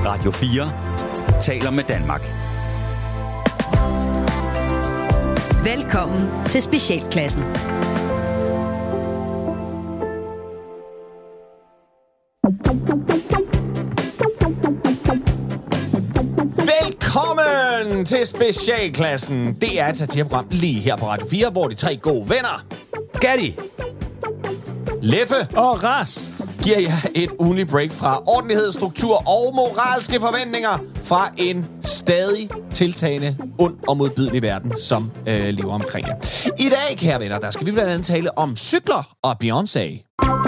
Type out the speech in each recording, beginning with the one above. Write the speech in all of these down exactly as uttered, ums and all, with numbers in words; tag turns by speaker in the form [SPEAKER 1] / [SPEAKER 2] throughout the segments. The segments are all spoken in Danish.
[SPEAKER 1] Radio fire taler med Danmark.
[SPEAKER 2] Velkommen til Specialklassen.
[SPEAKER 3] Velkommen til Specialklassen. Det er et satireprogram lige her på Radio fire, hvor de tre gode venner,
[SPEAKER 4] Gatti,
[SPEAKER 3] Leffe
[SPEAKER 4] og Ras,
[SPEAKER 3] giver jer et ugenligt break fra ordentlighed, struktur og moralske forventninger fra en stadig tiltagende ond og modbydelig verden, som øh, lever omkring jer. I dag, kære venner, der skal vi blandt andet tale om cykler og Beyoncé.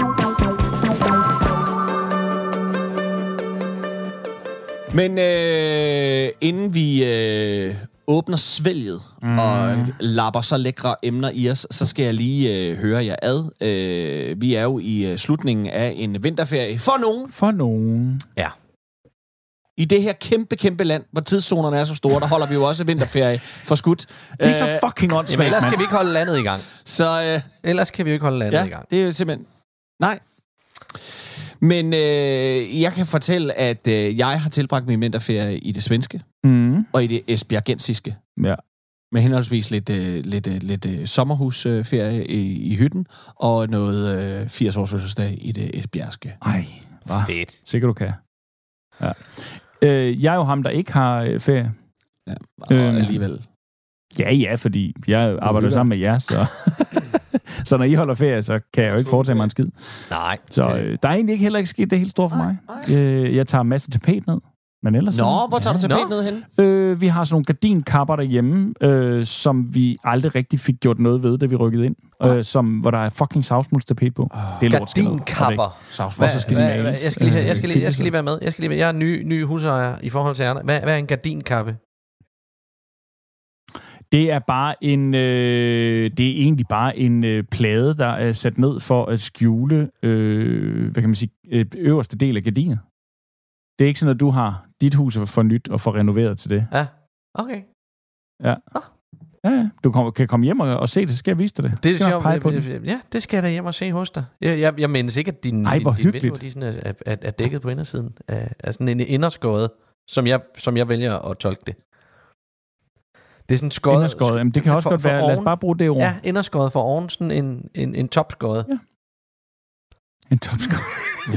[SPEAKER 3] Men øh, inden vi øh, åbner svælget mm. og lapper så lækre emner i os, så skal jeg lige øh, høre jer ad. Øh, vi er jo i øh, slutningen af en vinterferie. For nogen.
[SPEAKER 4] For nogen.
[SPEAKER 3] Ja. I det her kæmpe, kæmpe land, hvor tidszonerne er så store, der holder vi jo også vinterferie for skudt.
[SPEAKER 4] Det er så fucking åndssvagt,
[SPEAKER 5] ellers skal vi ikke holde landet i gang.
[SPEAKER 3] Så, øh,
[SPEAKER 5] ellers kan vi jo ikke holde landet
[SPEAKER 3] ja,
[SPEAKER 5] i gang.
[SPEAKER 3] det er jo simpelthen... Nej. Men øh, jeg kan fortælle, at øh, jeg har tilbragt min vinterferie i det svenske
[SPEAKER 4] mm.
[SPEAKER 3] og i det esbjergensiske.
[SPEAKER 4] Ja.
[SPEAKER 3] Med henholdsvis lidt, øh, lidt, øh, lidt øh, sommerhusferie i, i hytten og noget øh, firs-års fødselsdag i det esbjergske.
[SPEAKER 4] Ej, hvad?
[SPEAKER 5] Fedt.
[SPEAKER 4] Sikkert du kan. Ja. Øh, jeg er jo ham, der ikke har øh, ferie.
[SPEAKER 3] Ja, og
[SPEAKER 4] øhm,
[SPEAKER 3] alligevel.
[SPEAKER 4] Ja, ja, fordi jeg arbejder sammen med jer, så... Så når I holder ferie, så kan jeg jo ikke foretage mig en skid.
[SPEAKER 5] Nej.
[SPEAKER 4] Så øh, der er egentlig ikke heller ikke sket det helt store for mig. Øh, jeg tager en masse tapet ned. Men ellers...
[SPEAKER 3] Nå,
[SPEAKER 4] sådan,
[SPEAKER 3] hvor tager du tapet ned hen?
[SPEAKER 4] Øh, vi har sådan nogle gardinkapper derhjemme, øh, som vi aldrig rigtig fik gjort noget ved, da vi rykkede ind. Øh, som, hvor der er fucking savsmulstapet på.
[SPEAKER 5] Oh. Det er gardinkapper.
[SPEAKER 4] Og så skal de males.
[SPEAKER 5] Jeg skal lige, jeg skal lige, jeg skal lige være med. Jeg skal lige, jeg er ny, ny husejer i forhold til jer. Hvad, hvad er en gardinkappe?
[SPEAKER 4] Det er bare en, øh, det er egentlig bare en øh, plade, der er sat ned for at skjule, øh, hvad kan man sige, øh, øverste del af gardinet. Det er ikke sådan, at du har dit hus for nyt og får renoveret til det.
[SPEAKER 5] Ja, okay.
[SPEAKER 4] Ja.
[SPEAKER 5] Ah.
[SPEAKER 4] Ja, du kan, kan komme hjem og, og se det, så skal jeg vise dig det.
[SPEAKER 5] Det
[SPEAKER 4] skal
[SPEAKER 5] er sjovt. Ja, det skal jeg da hjem og se hos dig. Jeg, jeg, jeg mener ikke, at din,
[SPEAKER 4] Ej, hvor
[SPEAKER 5] din, din
[SPEAKER 4] hyggeligt.
[SPEAKER 5] vinduer, de sådan er, er, er dækket på indersiden af, af sådan en inderskåret, som jeg, som jeg vælger at tolke det. Det er sådan skåret.
[SPEAKER 4] Inderskåret. Jamen, det kan
[SPEAKER 5] for,
[SPEAKER 4] også godt være. Lad os bare bruge det ord.
[SPEAKER 5] Ja, inderskåret for oven, sådan en, en, en topskåret.
[SPEAKER 4] Ja. En topskåret.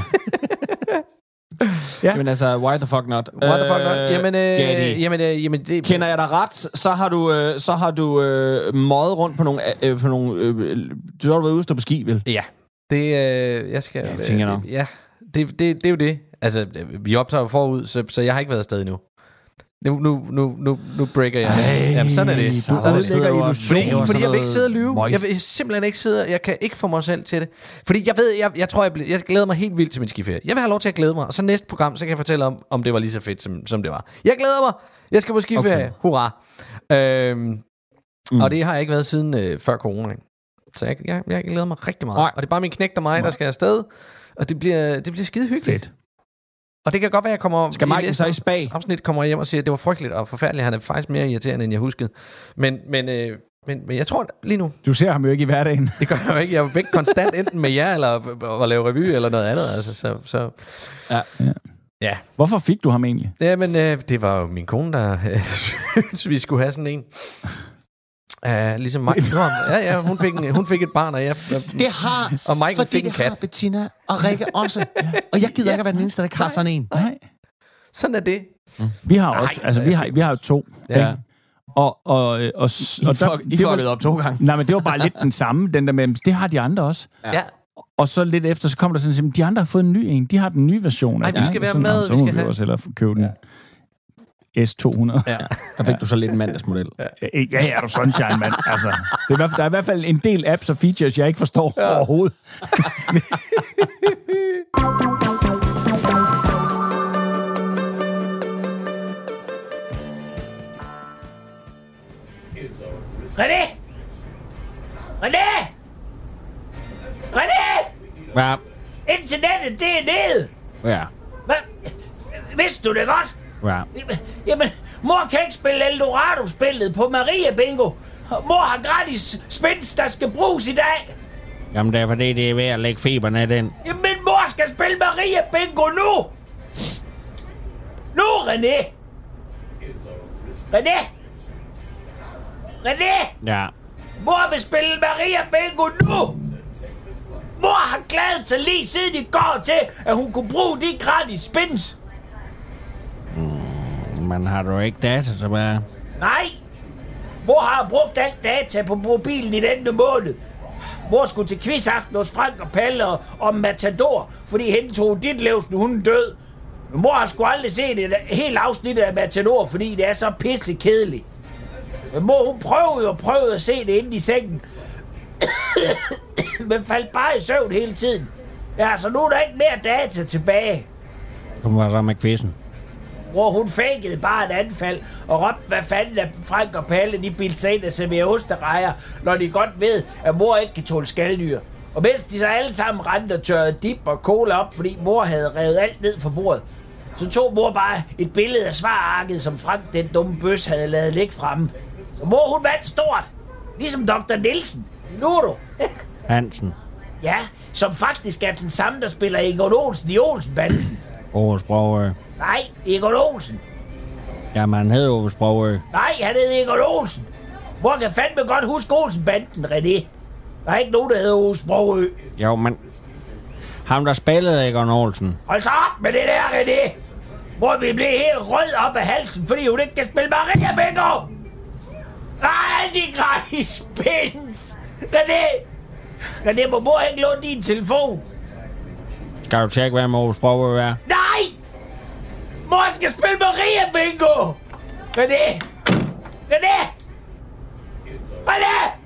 [SPEAKER 3] Ja. Men altså, why the fuck not?
[SPEAKER 5] Why the fuck not? Jamen, øh, jamen, øh, jamen det...
[SPEAKER 3] Kender jeg dig ret, så har du, øh, så har du øh, møget rundt på nogle... Øh, på nogle øh, du har været ude og stå på ski, vel?
[SPEAKER 5] Ja. Det, øh, jeg skal...
[SPEAKER 3] Ja, det tænker jeg nok.
[SPEAKER 5] Øh, ja, det, det, det er jo det. Altså, vi optager jo forud, så, så jeg har ikke været afsted endnu. Nu, nu, nu, nu, nu breaker jeg.
[SPEAKER 3] Ej,
[SPEAKER 5] Jamen, sådan er det.
[SPEAKER 3] Så
[SPEAKER 5] sådan er det.
[SPEAKER 3] illusion.
[SPEAKER 5] Fordi jeg vil ikke sidde og lyve.
[SPEAKER 3] Møg.
[SPEAKER 5] Jeg vil simpelthen ikke sidde, jeg kan ikke få mig selv til det. Fordi jeg ved, jeg, jeg tror, jeg, ble, jeg glæder mig helt vildt til min skiferie. Jeg vil have lov til at glæde mig, og så næste program, så kan jeg fortælle om, om det var lige så fedt, som, som det var. Jeg glæder mig. Jeg skal på skiferie. Okay. Hurra. Øhm, mm. Og det har jeg ikke været siden øh, før corona. Så jeg, jeg, jeg glæder mig rigtig meget. Nej. Og det er bare min knægt og mig, Nej. der skal afsted. Og det bliver, det bliver skide hyggeligt. Fedt. Og det kan godt være, at jeg kommer...
[SPEAKER 3] Skal Mike så i spag?
[SPEAKER 5] Afsnit kommer jeg hjem og siger, at det var frygteligt og forfærdeligt. Han er faktisk mere irriterende, end jeg huskede. Men, men, øh, men, men jeg tror lige nu...
[SPEAKER 4] Du ser ham jo ikke i hverdagen.
[SPEAKER 5] Det gør jeg jo ikke. Jeg er jo ikke konstant enten med jer, eller at lave revy, eller noget andet. Altså, så, så.
[SPEAKER 4] Ja. ja. Ja. Hvorfor fik du ham egentlig?
[SPEAKER 5] Jamen, øh, det var jo min kone, der øh, syntes, vi skulle have sådan en. Uh, ligesom mig. Ja, ja, hun fik, en, hun fik et barn, og jeg...
[SPEAKER 3] Det har...
[SPEAKER 5] Og Michael
[SPEAKER 3] fordi
[SPEAKER 5] fik en
[SPEAKER 3] det
[SPEAKER 5] kat.
[SPEAKER 3] har Bettina og Rikke også. Og jeg gider ja. ikke at være den eneste, der ikke har sådan en.
[SPEAKER 4] Nej.
[SPEAKER 5] Sådan er det.
[SPEAKER 4] Mm. Vi har også... Nej, altså, vi har, vi har jo to.
[SPEAKER 3] Ja.
[SPEAKER 4] Og, og, og, og,
[SPEAKER 3] I, og der, I fuckede op to gange.
[SPEAKER 4] Nej, men det var bare lidt den samme, den der med... Det har de andre også.
[SPEAKER 5] Ja.
[SPEAKER 4] Og så lidt efter, så kommer der sådan, at de andre har fået en ny en. De har den nye version.
[SPEAKER 5] Nej, vi skal være med.
[SPEAKER 4] Så må vi også hellere købe den. S to hundrede.
[SPEAKER 3] Ja. Der fik du så lidt en mandagsmodel.
[SPEAKER 4] Ja, ja, er du sunshine, mand. Altså, det er, der er i hvert fald en del apps og features, jeg ikke forstår ja. overhovedet.
[SPEAKER 6] René! René! René!
[SPEAKER 3] Ja.
[SPEAKER 6] Internettet, det er nede!
[SPEAKER 3] Ja.
[SPEAKER 6] Hvad? Vidste du det godt?
[SPEAKER 3] Ja.
[SPEAKER 6] Jamen, mor kan ikke spille Eldorado-spillet på Maria Bingo. Mor har gratis spins, der skal bruges i dag.
[SPEAKER 3] Jamen, det er fordi, det er ved at lægge fiberne af den.
[SPEAKER 6] Jamen, min mor skal spille Maria Bingo nu! René. René! René!
[SPEAKER 3] Ja.
[SPEAKER 6] Mor vil spille Maria Bingo nu! Mor har glædet sig lige siden i går til, at hun kunne bruge de gratis spins.
[SPEAKER 3] Mm, men har du ikke data tilbage?
[SPEAKER 6] Nej! Mor har brugt alt data på mobilen i denne måned. Mor skulle til quizaften hos Frank og Palle og, og Matador, fordi hende tog dit levs, nu hun er død. Men mor har sgu aldrig set et helt afsnit af Matador, fordi det er så pisse kedeligt. Men mor, hun prøvede og prøvede at se det inde i sengen. Men faldt bare i søvn hele tiden. Ja, så nu er der ikke mere data tilbage.
[SPEAKER 3] Kom var så med quizzen.
[SPEAKER 6] Hvor hun fakede bare et anfald og råbte, hvad fanden er Frank og Palle, de bildte sig ind og serverer osterejer, når de godt ved, at mor ikke kan tåle skalddyr. Og mens de så alle sammen rendte og tørrede dip og cola op, fordi mor havde revet alt ned fra bordet, så tog mor bare et billede af svararket, som Frank, den dumme bøs, havde lavet ligge fremme. Så mor, hun vandt stort. Ligesom doktor Nielsen. Ludo.
[SPEAKER 3] Hansen.
[SPEAKER 6] Ja, som faktisk er den samme, der spiller Egon Olsen i Olsenbanden.
[SPEAKER 3] Ove Sprogø.
[SPEAKER 6] Nej, Egon Olsen.
[SPEAKER 3] Jamen, han hed Ove Sprogø.
[SPEAKER 6] Nej, han hed Egon Olsen. Mor kan fandme godt huske Olsenbanden, René. Der er ikke nogen, der hedder Ove Sprogø.
[SPEAKER 3] Jo, men... Ham, der spillede Egon Olsen.
[SPEAKER 6] Hold så op med det der, René. Mor vil blive helt rød op af halsen, fordi hun ikke kan spille Maria Bingo. Nej, de gratis spins. René. René, må mor ikke låne din telefon?
[SPEAKER 3] Skal du tjekke, hvem Ove Sprogø er?
[SPEAKER 6] Nej! Mor skal spille Maria Bingo! René! René! René!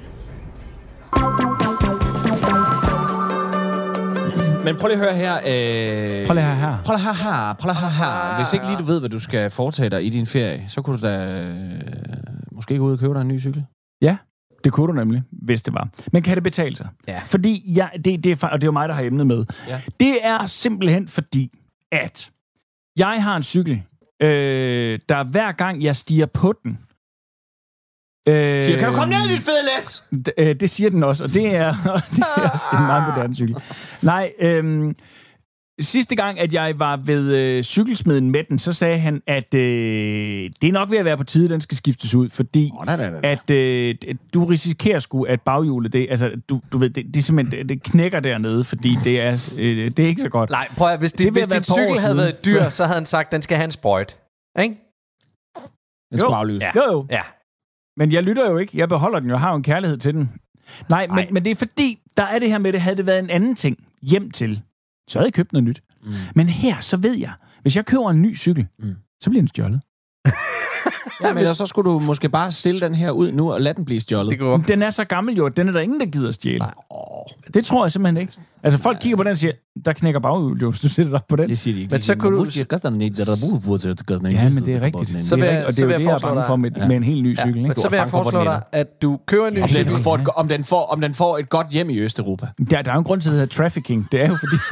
[SPEAKER 3] Men prøv lige at høre her. Øh...
[SPEAKER 4] Prøv lige at høre her.
[SPEAKER 3] Prøv lige at høre her. Prøv lige at høre her. Hvis ikke lige du ved, hvad du skal foretage dig i din ferie, så kunne du da øh... måske gå ud og købe dig en ny cykel.
[SPEAKER 4] Ja, det kunne du nemlig, hvis det var. Men kan det betale sig?
[SPEAKER 3] Ja.
[SPEAKER 4] Fordi, ja, det, det er, og det er jo mig, der har emnet med.
[SPEAKER 3] Ja.
[SPEAKER 4] Det er simpelthen fordi, at jeg har en cykel, øh, der hver gang jeg stiger på den, Øh,
[SPEAKER 3] siger, kan du komme ned, dit fede læs?
[SPEAKER 4] D- øh, det siger den også, og det er, det er også det er en meget moderne cykel. Nej, øh, sidste gang, at jeg var ved øh, cykelsmeden med den, så sagde han, at øh, det er nok ved at være på tide, den skal skiftes ud, fordi
[SPEAKER 3] oh, da, da, da.
[SPEAKER 4] at øh, du risikerer sgu, at baghjulet, det, altså, du, du ved, det, det er simpelthen, det, det knækker dernede, fordi det er, øh, det er ikke så godt.
[SPEAKER 5] Nej, prøv at, hvis, det,
[SPEAKER 4] det
[SPEAKER 5] hvis din cykel havde været et dyr, så havde han sagt, at den skal have en sprøjt. Ikke?
[SPEAKER 3] Den skal aflyse.
[SPEAKER 4] Ja. Jo, jo.
[SPEAKER 5] Ja.
[SPEAKER 4] Men jeg lytter jo ikke. Jeg beholder den jo. Jeg har jo en kærlighed til den. Nej, men, men det er fordi, der er det her med, det havde det været en anden ting hjem til, så havde jeg købt noget nyt. Mm. Men her, så ved jeg, hvis jeg køber en ny cykel, mm. så bliver den stjålet.
[SPEAKER 3] Ja, men så skulle du måske bare stille den her ud nu og lade den blive stjålet.
[SPEAKER 4] Den er så gammel jo, at den er der ingen, der gider stjæle. Oh. Det tror jeg simpelthen ikke. Altså folk kigger på den og siger, der knækker baghjulet jo, hvis du sætter dig på den.
[SPEAKER 3] Det siger de ikke.
[SPEAKER 5] Men så kunne du...
[SPEAKER 4] Ja, men det er rigtigt.
[SPEAKER 5] Så vil jeg,
[SPEAKER 4] og det er jo det, jeg er bange for med, ja. med en helt ny cykel. Ikke?
[SPEAKER 5] Så vil jeg foreslå dig, at du kører en ny
[SPEAKER 3] om
[SPEAKER 5] cykel.
[SPEAKER 3] Den får et, om, den får, om den får et godt hjem i Østeuropa.
[SPEAKER 4] Der, der er jo en grund til, at det hedder trafficking. Det er jo fordi...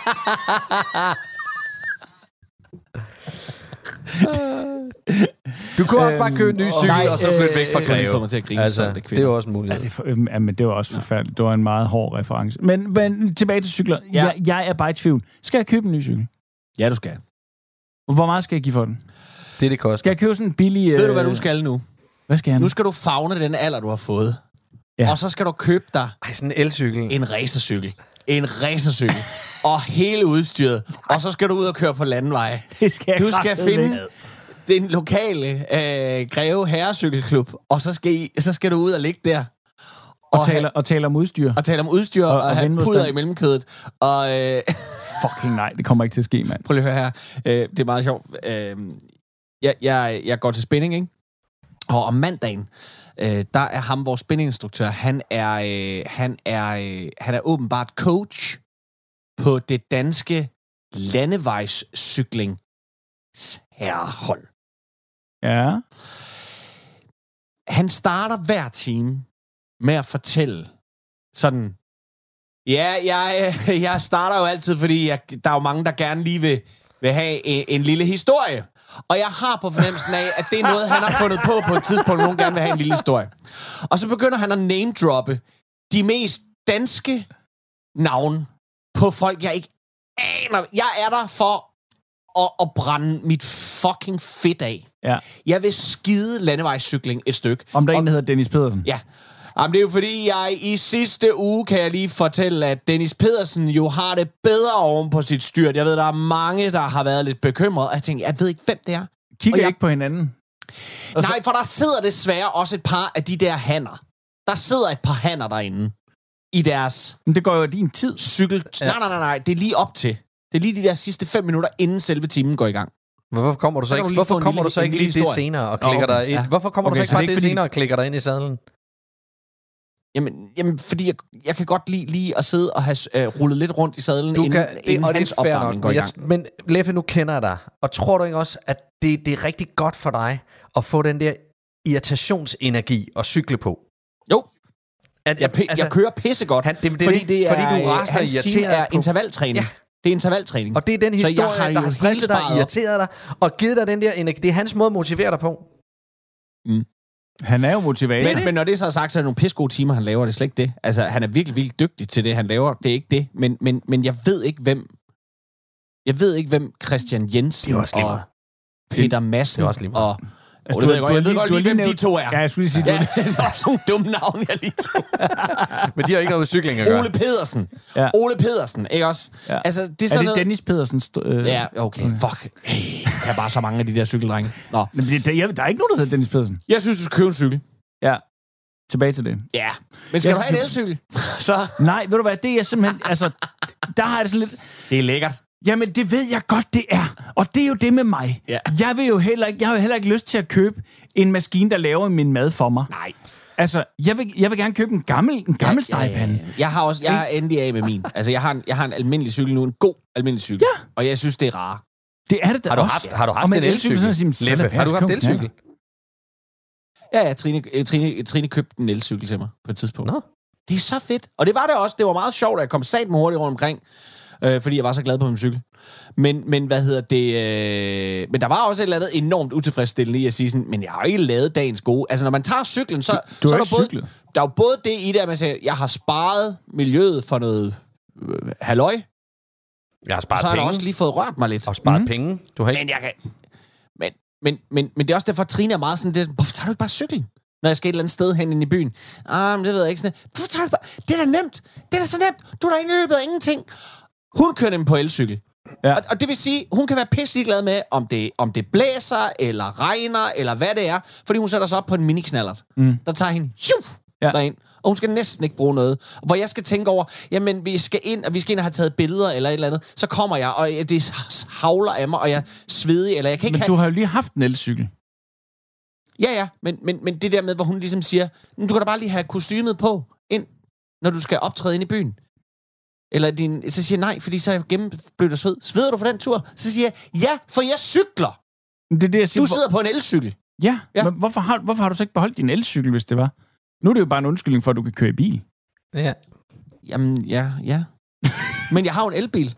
[SPEAKER 5] Du kunne også bare købe en ny cykel, nej, og så flytte væk fra Greve.
[SPEAKER 3] Få mig til at grine,
[SPEAKER 5] altså,
[SPEAKER 3] det,
[SPEAKER 5] det er jo også muligt.
[SPEAKER 4] Ja, det, for, øh, men det var også forfærdeligt. Det var en meget hård reference. Men, men tilbage til cykler. Ja. Jeg, jeg er bare i tvivl. Skal jeg købe en ny cykel?
[SPEAKER 3] Ja, du skal.
[SPEAKER 4] Hvor meget skal jeg give for den?
[SPEAKER 5] Det, det koster.
[SPEAKER 4] Skal jeg købe sådan en billig...
[SPEAKER 3] Ved du, hvad du skal nu?
[SPEAKER 4] Hvad skal jeg nu?
[SPEAKER 3] Nu skal du favne den alder, du har fået.
[SPEAKER 4] Ja.
[SPEAKER 3] Og så skal du købe dig...
[SPEAKER 5] Ej, sådan en elcykel.
[SPEAKER 3] En racercykel. En racercykel. Og hele udstyret. Og så skal du ud og køre på landeveje.
[SPEAKER 4] Det skal jeg
[SPEAKER 3] du skal finde...
[SPEAKER 4] med.
[SPEAKER 3] Den lokale øh, Greve Herrecykelklub, og så skal, I, så skal du ud og ligge der.
[SPEAKER 4] Og, og, tale, og tale om udstyr.
[SPEAKER 3] Og tale om udstyr, og, og, og have puder i mellemkødet. Og, øh,
[SPEAKER 4] Fucking nej, det kommer ikke til at ske, mand.
[SPEAKER 3] Prøv lige at høre her. Øh, det er meget sjovt. Øh, jeg, jeg, jeg går til spinning, ikke? Og om mandagen, øh, der er ham, vores spinninginstruktør, han er, øh, han, er, øh, han er åbenbart coach på det danske landevejscykling herrehold.
[SPEAKER 4] Ja.
[SPEAKER 3] Han starter hver time med at fortælle sådan, ja, jeg, jeg starter jo altid, fordi jeg, der er jo mange, der gerne lige vil, vil have en, en lille historie. Og jeg har på fornemmelsen af, at det er noget, han har fundet på på et tidspunkt, nogen gerne vil have en lille historie. Og så begynder han at name-droppe de mest danske navne på folk, jeg ikke aner. Jeg er der for at, at brænde mit fucking fedt af.
[SPEAKER 4] Ja.
[SPEAKER 3] Jeg vil skide landevejscykling et stykke.
[SPEAKER 4] Om der er
[SPEAKER 3] og,
[SPEAKER 4] en, der hedder Dennis Pedersen.
[SPEAKER 3] Ja. Jamen, det er jo fordi, jeg i sidste uge kan jeg lige fortælle, at Dennis Pedersen jo har det bedre oven på sit styrt. Jeg ved, der er mange, der har været lidt bekymrede. Og jeg tænker, jeg ved ikke, hvem det er.
[SPEAKER 4] Kigger
[SPEAKER 3] jeg...
[SPEAKER 4] ikke på hinanden?
[SPEAKER 3] Og Nej, så... for der sidder desværre også et par af de der hanner. Der sidder et par hanner derinde. I deres...
[SPEAKER 4] Men det går jo af din tid.
[SPEAKER 3] Cykel... Ja. Nej, nej, nej, nej. Det er lige op til. Det er lige de der sidste fem minutter, inden selve timen går i gang.
[SPEAKER 5] Hvorfor kommer du så ikke, hvorfor kommer lille, du så ikke lige det senere og klikker okay. dig ind? Ja. Hvorfor kommer okay, du så ikke bare det, det senere og klikker dig ind i sadlen?
[SPEAKER 3] Jamen, jamen fordi jeg, jeg kan godt lide lige at sidde og have øh, rullet lidt rundt i sadlen,
[SPEAKER 5] du
[SPEAKER 3] inden,
[SPEAKER 5] kan, det,
[SPEAKER 3] inden
[SPEAKER 5] og
[SPEAKER 3] hans
[SPEAKER 5] det er
[SPEAKER 3] opvarmning
[SPEAKER 5] nok,
[SPEAKER 3] går i gang.
[SPEAKER 5] Jeg, men Leffe, nu kender jeg dig. Og tror du ikke også, at det, det er rigtig godt for dig at få den der irritationsenergi at cykle på?
[SPEAKER 3] Jo.
[SPEAKER 5] At,
[SPEAKER 3] jeg, altså, jeg kører pissegodt,
[SPEAKER 5] han, det, det,
[SPEAKER 3] fordi, det er,
[SPEAKER 5] fordi du rasende
[SPEAKER 3] hans team er
[SPEAKER 5] på.
[SPEAKER 3] intervaltræning. Ja. Det er intervaltræning.
[SPEAKER 5] Og det er den historie, har der har stresset dig, irriteret dig, og givet dig den der energi. Det er hans måde at motivere dig på.
[SPEAKER 3] Mm.
[SPEAKER 4] Han er jo motivator.
[SPEAKER 3] Men, men når det så er sagt, så er det nogle pissegode timer, han laver. Det er slet ikke det. Altså, han er virkelig, virkelig dygtig til det, han laver. Det er ikke det. Men, men, men jeg ved ikke, hvem... Jeg ved ikke, hvem Christian Jensen og Peter Madsen og... Altså, du, du, du, jeg ved godt lige, hvem de to er.
[SPEAKER 4] Ja, jeg skulle lige sige,
[SPEAKER 3] ja, det er også nogle dumme navne, jeg lige tog.
[SPEAKER 5] Men de har ikke noget med cykling at gøre.
[SPEAKER 3] Ole Pedersen. Ja. Ole Pedersen, ikke også?
[SPEAKER 4] Ja.
[SPEAKER 3] Altså, det er,
[SPEAKER 4] er
[SPEAKER 3] sådan
[SPEAKER 4] det
[SPEAKER 3] noget...
[SPEAKER 4] Dennis Pedersen? Øh...
[SPEAKER 3] Ja, okay. okay. Fuck. Hey, jeg har bare så mange af de der cykeldrenge. Nå.
[SPEAKER 4] Men det, der, der er ikke nogen, der hedder Dennis Pedersen.
[SPEAKER 3] Jeg synes, du skal købe en cykel.
[SPEAKER 4] Ja. Tilbage til det.
[SPEAKER 3] Ja. Men skal jeg du have en elcykel? Så...
[SPEAKER 4] Nej, ved du hvad, det er simpelthen... Altså, der har jeg det sådan lidt...
[SPEAKER 3] Det er lækkert.
[SPEAKER 4] Jamen, det ved jeg godt, det er. Og det er jo det med mig.
[SPEAKER 3] Ja.
[SPEAKER 4] Jeg vil jo heller ikke, jeg har jo heller ikke lyst til at købe en maskine, der laver min mad for mig.
[SPEAKER 3] Nej.
[SPEAKER 4] Altså, jeg vil, jeg vil gerne købe en gammel, en gammel ja, stegepande. Ja, ja, ja.
[SPEAKER 3] Jeg har også, jeg er endelig af med min. Altså, jeg har en, jeg har en almindelig cykel nu, en god almindelig cykel.
[SPEAKER 4] Ja.
[SPEAKER 3] Og jeg synes, det er rare.
[SPEAKER 4] Det er det da
[SPEAKER 5] har du
[SPEAKER 4] også.
[SPEAKER 5] Haft, har du haft en elcykel? Leffe, har du haft en elcykel?
[SPEAKER 3] Ja, ja, Trine, Trine, Trine købte en elcykel til mig på et tidspunkt.
[SPEAKER 5] Nå.
[SPEAKER 3] Det er så fedt. Og det var det også. Det var meget sjovt, at jeg kom sat med hurtigt rundt omkring. Øh, fordi jeg var så glad på min cykel. Men, men hvad hedder det... Øh, men der var også et eller andet enormt utilfredsstillende i at sige sådan, men jeg har ikke lavet dagens gode. Altså, når man tager cyklen, så,
[SPEAKER 4] du, du
[SPEAKER 3] så
[SPEAKER 4] er
[SPEAKER 3] er der både,
[SPEAKER 4] cyklet.
[SPEAKER 3] der er jo både det i det, at man siger, jeg har sparet miljøet for noget øh, halløj.
[SPEAKER 5] Jeg har sparet
[SPEAKER 3] så har
[SPEAKER 5] penge.
[SPEAKER 3] jeg også lige fået rørt mig lidt.
[SPEAKER 5] Og sparet
[SPEAKER 4] mm.
[SPEAKER 5] penge. Du har ikke...
[SPEAKER 3] Men jeg kan... Men, men, men, men det er også derfor, at Trine er meget sådan, det, hvorfor tager du ikke bare cyklen? Når jeg skal et eller andet sted hen ind i byen. Ah, men det ved jeg ikke sådan. Hvorfor tager du bare... Det er da nemt. Det er da så nemt. Du er da ikke løbet af ingenting. Hun kører nemlig på elcykel. Ja. Og, og det vil sige, hun kan være pisselig glad med, om det, om det blæser, eller regner, eller hvad det er. Fordi hun sætter sig op på en miniknallert. Mm. Der tager hende tjuf, ja. derind. Og hun skal næsten ikke bruge noget. Hvor jeg skal tænke over, jamen vi skal ind, og vi skal ind og have taget billeder, eller et eller andet. Så kommer jeg, og det havler af mig, og jeg er svedig, eller jeg kan ikke
[SPEAKER 4] Men
[SPEAKER 3] have...
[SPEAKER 4] du har jo lige haft en elcykel.
[SPEAKER 3] Ja, ja, men, men, men det der med, hvor hun ligesom siger, du kan da bare lige have kostymet på, ind, når du skal optræde ind i byen. Eller din, så siger jeg nej, fordi så er jeg gennemblødt og sved. Sveder du for den tur? Så siger jeg, ja, for jeg cykler.
[SPEAKER 4] Det er det, jeg siger,
[SPEAKER 3] du sidder hvor... på en elcykel.
[SPEAKER 4] Ja, ja. Men hvorfor har, hvorfor har du så ikke beholdt din elcykel, hvis det var? Nu er det jo bare en undskyldning for, at du kan køre i bil.
[SPEAKER 5] Ja.
[SPEAKER 3] Jamen, ja, ja. Men jeg har jo en elbil.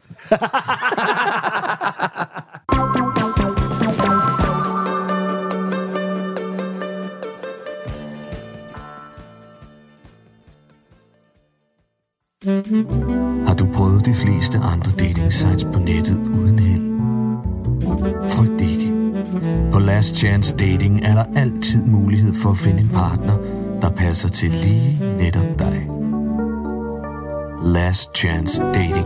[SPEAKER 2] Har du prøvet de fleste andre dating sites på nettet uden held? Frygt ikke. På Last Chance Dating er der altid mulighed for at finde en partner, der passer til lige netop dig. Last Chance Dating.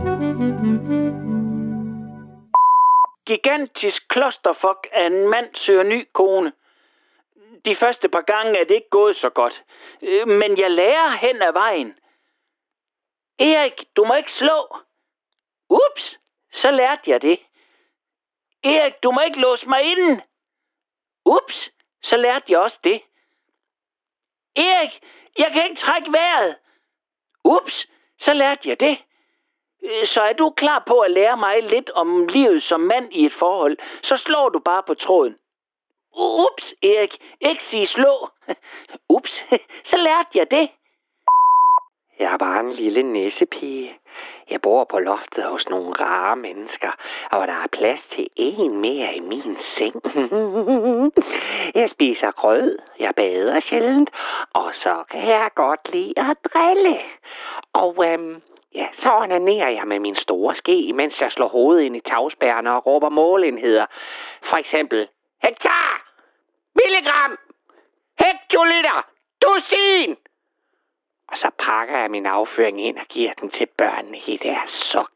[SPEAKER 7] Gigantisk clusterfuck af en mand søger ny kone. De første par gange er det ikke gået så godt. Men jeg lærer hen ad vejen. Erik, du må ikke slå. Ups, så lærte jeg det. Erik, du må ikke låse mig inden. Ups, så lærte jeg også det. Erik, jeg kan ikke trække vejret. Ups, så lærte jeg det. Så er du klar på at lære mig lidt om livet som mand i et forhold, så slår du bare på tråden. Ups, Erik, ikke sige slå. Ups, så lærte jeg det. Jeg er bare en lille nissepige. Jeg bor på loftet hos nogle rare mennesker, og der er plads til en mere i min seng. Jeg spiser grød, jeg bader sjældent, og så kan jeg godt lide at drille. Og øhm,
[SPEAKER 8] Ja, så onanerer jeg med min store ske, mens jeg slår hovedet ind i tagspærrene og råber målenheder. For eksempel, hektar, milligram, hektoliter, dusin. Og så pakker jeg min afføring ind og giver den til børnene i deres sok.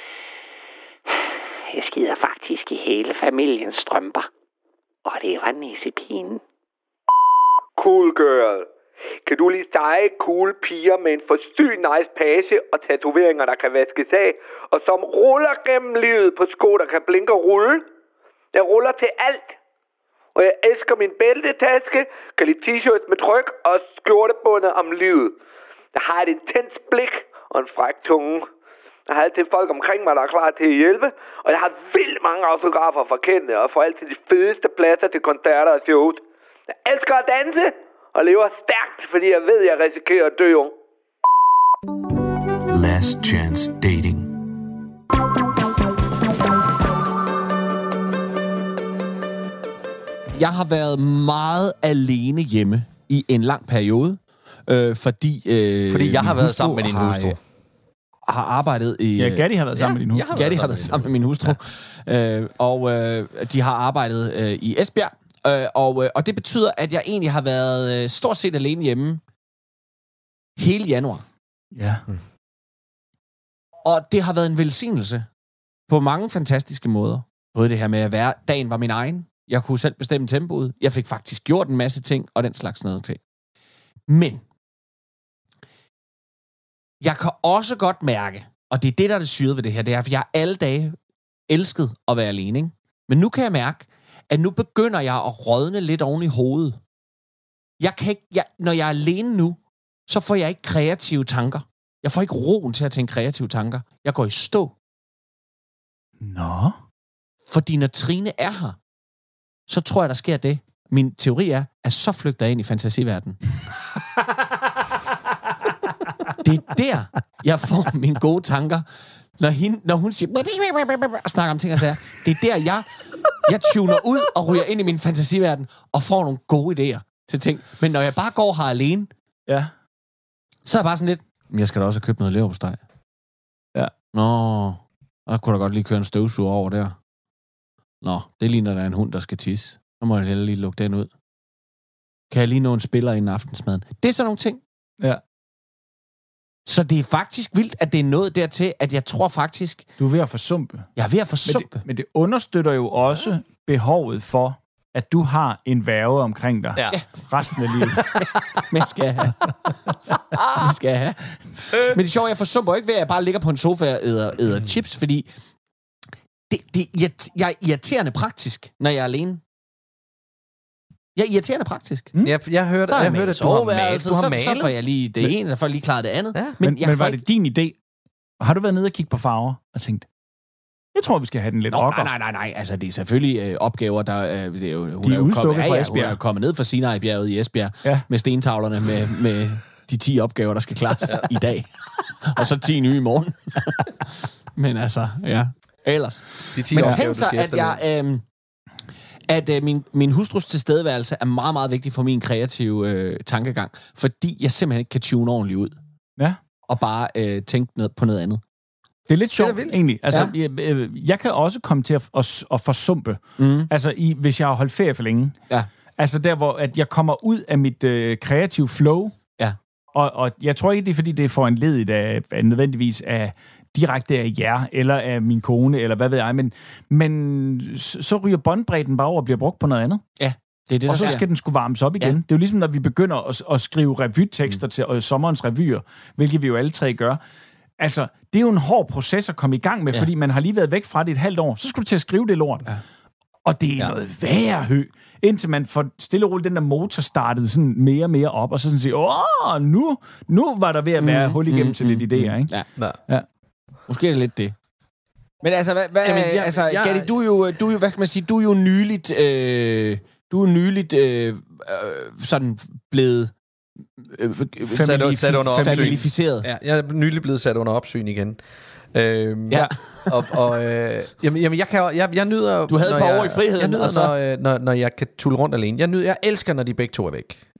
[SPEAKER 8] Jeg skider faktisk i hele familiens strømper. Og det var nissepinen.
[SPEAKER 9] Cool girl. Kan du lide seje, cool piger med en forsygt nice page og tatoveringer, der kan vaskes af, og som ruller gennem livet på sko, der kan blinke og rulle? Jeg ruller til alt. Og jeg elsker min bæltetaske, kan lide t-shirts med tryk og skjortebundet om livet. Jeg har et intens blik og en fræk tunge. Jeg har altid folk omkring mig, der er klar til at hjælpe, og jeg har vildt mange autografer fra kendte og får altid de fedeste pladser til koncerter og shows. Jeg elsker at danse og lever stærkt, fordi jeg ved, at jeg risikerer at dø ung.
[SPEAKER 2] Last Chance Dating.
[SPEAKER 3] Jeg har været meget alene hjemme i en lang periode, øh, fordi... Øh,
[SPEAKER 5] Fordi jeg har været
[SPEAKER 3] hustru
[SPEAKER 5] sammen med din
[SPEAKER 3] har,
[SPEAKER 5] hustru.
[SPEAKER 3] øh, har arbejdet i...
[SPEAKER 4] Ja, Gatti har været sammen
[SPEAKER 5] Ja,
[SPEAKER 4] med din
[SPEAKER 5] jeg
[SPEAKER 4] hustru.
[SPEAKER 5] har
[SPEAKER 3] Gatti har været sammen med min hustru. Ja. Øh, og øh, de har arbejdet øh, i Esbjerg. Øh, og, øh, og det betyder, at jeg egentlig har været øh, stort set alene hjemme hele januar.
[SPEAKER 4] Ja.
[SPEAKER 3] Og det har været en velsignelse på mange fantastiske måder. Både det her med, at hver dagen var min egen. Jeg kunne selv bestemme tempoet. Jeg fik faktisk gjort en masse ting, og den slags noget til. Men jeg kan også godt mærke, og det er det, der er det syrede ved det her, det er, at jeg har alle dage elsket at være alene, ikke? Men nu kan jeg mærke, at nu begynder jeg at rådne lidt oven i hovedet. Jeg kan ikke, jeg, når jeg er alene nu, så får jeg ikke kreative tanker. Jeg får ikke roen til at tænke kreative tanker. Jeg går i stå.
[SPEAKER 4] Nå.
[SPEAKER 3] Fordi når Trine er her, så tror jeg, der sker det. Min teori er, at så flygter jeg ind i fantasiverdenen. Det er der, jeg får mine gode tanker. Når, hende, når hun siger og snakker om ting og sager, det er der, jeg, jeg tuner ud og ryger ind i min fantasiverden og får nogle gode idéer til ting. Men når jeg bare går her alene,
[SPEAKER 4] Ja.
[SPEAKER 3] så er jeg bare sådan lidt, jeg skal da også have købt noget leverpostej.
[SPEAKER 4] Ja.
[SPEAKER 3] Nå, der kunne da godt lige køre en støvsuger over der. Nå, det ligner der er en hund, der skal tisse. Så må jeg heller lige lukke den ud. Kan jeg lige nå en spiller inden aftensmaden? Det er sådan nogle ting.
[SPEAKER 4] Ja.
[SPEAKER 3] Så det er faktisk vildt, at det er nået dertil, at jeg tror faktisk,
[SPEAKER 4] Du er ved at forsumpe.
[SPEAKER 3] jeg er ved at
[SPEAKER 4] Men
[SPEAKER 3] forsumpe.
[SPEAKER 4] det, men det understøtter jo også behovet for, at du har en værge omkring dig
[SPEAKER 5] Ja.
[SPEAKER 4] resten af livet.
[SPEAKER 3] Men skal jeg have. Det skal jeg have. Men det er sjovt, jeg forsumper ikke ved, at jeg bare ligger på en sofa og æder, æder chips, fordi det, det, jeg, jeg er irriterende praktisk, når jeg er alene. Jeg er irriterende praktisk.
[SPEAKER 5] Mm. Jeg, jeg hørte,
[SPEAKER 3] Så
[SPEAKER 5] jeg,
[SPEAKER 3] jeg
[SPEAKER 5] jeg hørte, at du har malet. Du har
[SPEAKER 3] så,
[SPEAKER 5] malet.
[SPEAKER 3] så får jeg lige det ene, og får lige klaret det andet.
[SPEAKER 5] Ja.
[SPEAKER 3] Men,
[SPEAKER 4] Men,
[SPEAKER 3] jeg
[SPEAKER 4] men
[SPEAKER 3] får
[SPEAKER 4] var
[SPEAKER 3] ikke...
[SPEAKER 4] det din idé? Har du været nede og kigge på farver og tænkt, jeg tror, vi skal have den lidt
[SPEAKER 3] Nå,
[SPEAKER 4] rocker?
[SPEAKER 3] nej, nej, nej, nej. Altså, det er selvfølgelig øh, opgaver, der... Øh, det er jo, hun
[SPEAKER 4] De er
[SPEAKER 3] jo
[SPEAKER 4] udstukket
[SPEAKER 3] kommet,
[SPEAKER 4] fra
[SPEAKER 3] ja, ja,
[SPEAKER 4] Esbjerg.
[SPEAKER 3] Hun er kommet ned fra Sinai-bjerget i Esbjerg
[SPEAKER 4] Ja.
[SPEAKER 3] med stentavlerne med, med de ti opgaver, der skal klares ja. i dag. Og så ti nye i morgen. Men altså, ja. Ellers.
[SPEAKER 5] De ti
[SPEAKER 3] Men
[SPEAKER 5] opgaver,
[SPEAKER 3] tænk
[SPEAKER 5] du
[SPEAKER 3] så,
[SPEAKER 5] skal
[SPEAKER 3] at jeg... Øh, at øh, min, min hustrus tilstedeværelse er meget, meget vigtig for min kreative øh, tankegang, fordi jeg simpelthen ikke kan tune ordentligt ud.
[SPEAKER 4] Ja.
[SPEAKER 3] Og bare øh, tænke noget, på noget andet.
[SPEAKER 4] Det er lidt
[SPEAKER 5] Det er
[SPEAKER 4] sjovt,
[SPEAKER 5] vildt.
[SPEAKER 4] egentlig. Altså,
[SPEAKER 3] Ja.
[SPEAKER 4] ja. jeg, øh, jeg kan også komme til at, at, at forsumpe.
[SPEAKER 3] Mm.
[SPEAKER 4] Altså, i, hvis jeg har holdt ferie for længe.
[SPEAKER 3] Ja.
[SPEAKER 4] Altså, der hvor at jeg kommer ud af mit øh, kreative flow.
[SPEAKER 3] Ja.
[SPEAKER 4] Og, og jeg tror ikke, det er, fordi det er foranledigt af, af nødvendigvis af direkte af jer, eller af min kone, eller hvad ved jeg. Men, men så, så ryger båndbredden bare over og bliver brugt på noget andet.
[SPEAKER 3] Ja, det er det,
[SPEAKER 4] Og
[SPEAKER 3] der
[SPEAKER 4] så
[SPEAKER 3] sker.
[SPEAKER 4] skal den skulle varmes op igen.
[SPEAKER 3] Ja.
[SPEAKER 4] Det er jo ligesom, når vi begynder at, at skrive revytekster mm. til øh, sommerens revyer, hvilket vi jo alle tre gør. Altså, det er jo en hård proces at komme i gang med,
[SPEAKER 3] Ja.
[SPEAKER 4] fordi man har lige været væk fra det et halvt år. Så skulle du til at skrive det lort.
[SPEAKER 3] Ja.
[SPEAKER 4] Og det er ja. noget værre hø, indtil man får stille og roligt den der motor startet sådan mere og mere op, og så sådan sige, åh, nu, nu var der ved at være mm, hul igennem mm, til lidt
[SPEAKER 3] mm,
[SPEAKER 4] idéer, ikke?
[SPEAKER 3] Ja.
[SPEAKER 5] Ja.
[SPEAKER 4] Ja.
[SPEAKER 3] Måske er det lidt det. Men altså, hvad, hvad,
[SPEAKER 5] Jamen, jeg-
[SPEAKER 3] altså,
[SPEAKER 5] jeg-
[SPEAKER 3] Gatti, du er jo, du er jo, hvad skal man sige, du er jo nyligt, øh, du er nyligt øh, øh, sådan blevet øh,
[SPEAKER 5] Sat- sat under opsyn.
[SPEAKER 3] familificeret.
[SPEAKER 5] Ja, jeg er nylig blevet sat under opsyn igen. Øhm,
[SPEAKER 3] Ja.
[SPEAKER 5] og, og øh, jamen, jamen, jeg kan jeg, jeg nyder
[SPEAKER 3] Du havde et
[SPEAKER 5] når
[SPEAKER 3] par
[SPEAKER 5] jeg,
[SPEAKER 3] år i friheden,
[SPEAKER 5] Jeg nyder
[SPEAKER 3] og så-
[SPEAKER 5] når, øh, når, når jeg kan tulle rundt alene. Jeg nyder, jeg elsker når de begge to er væk.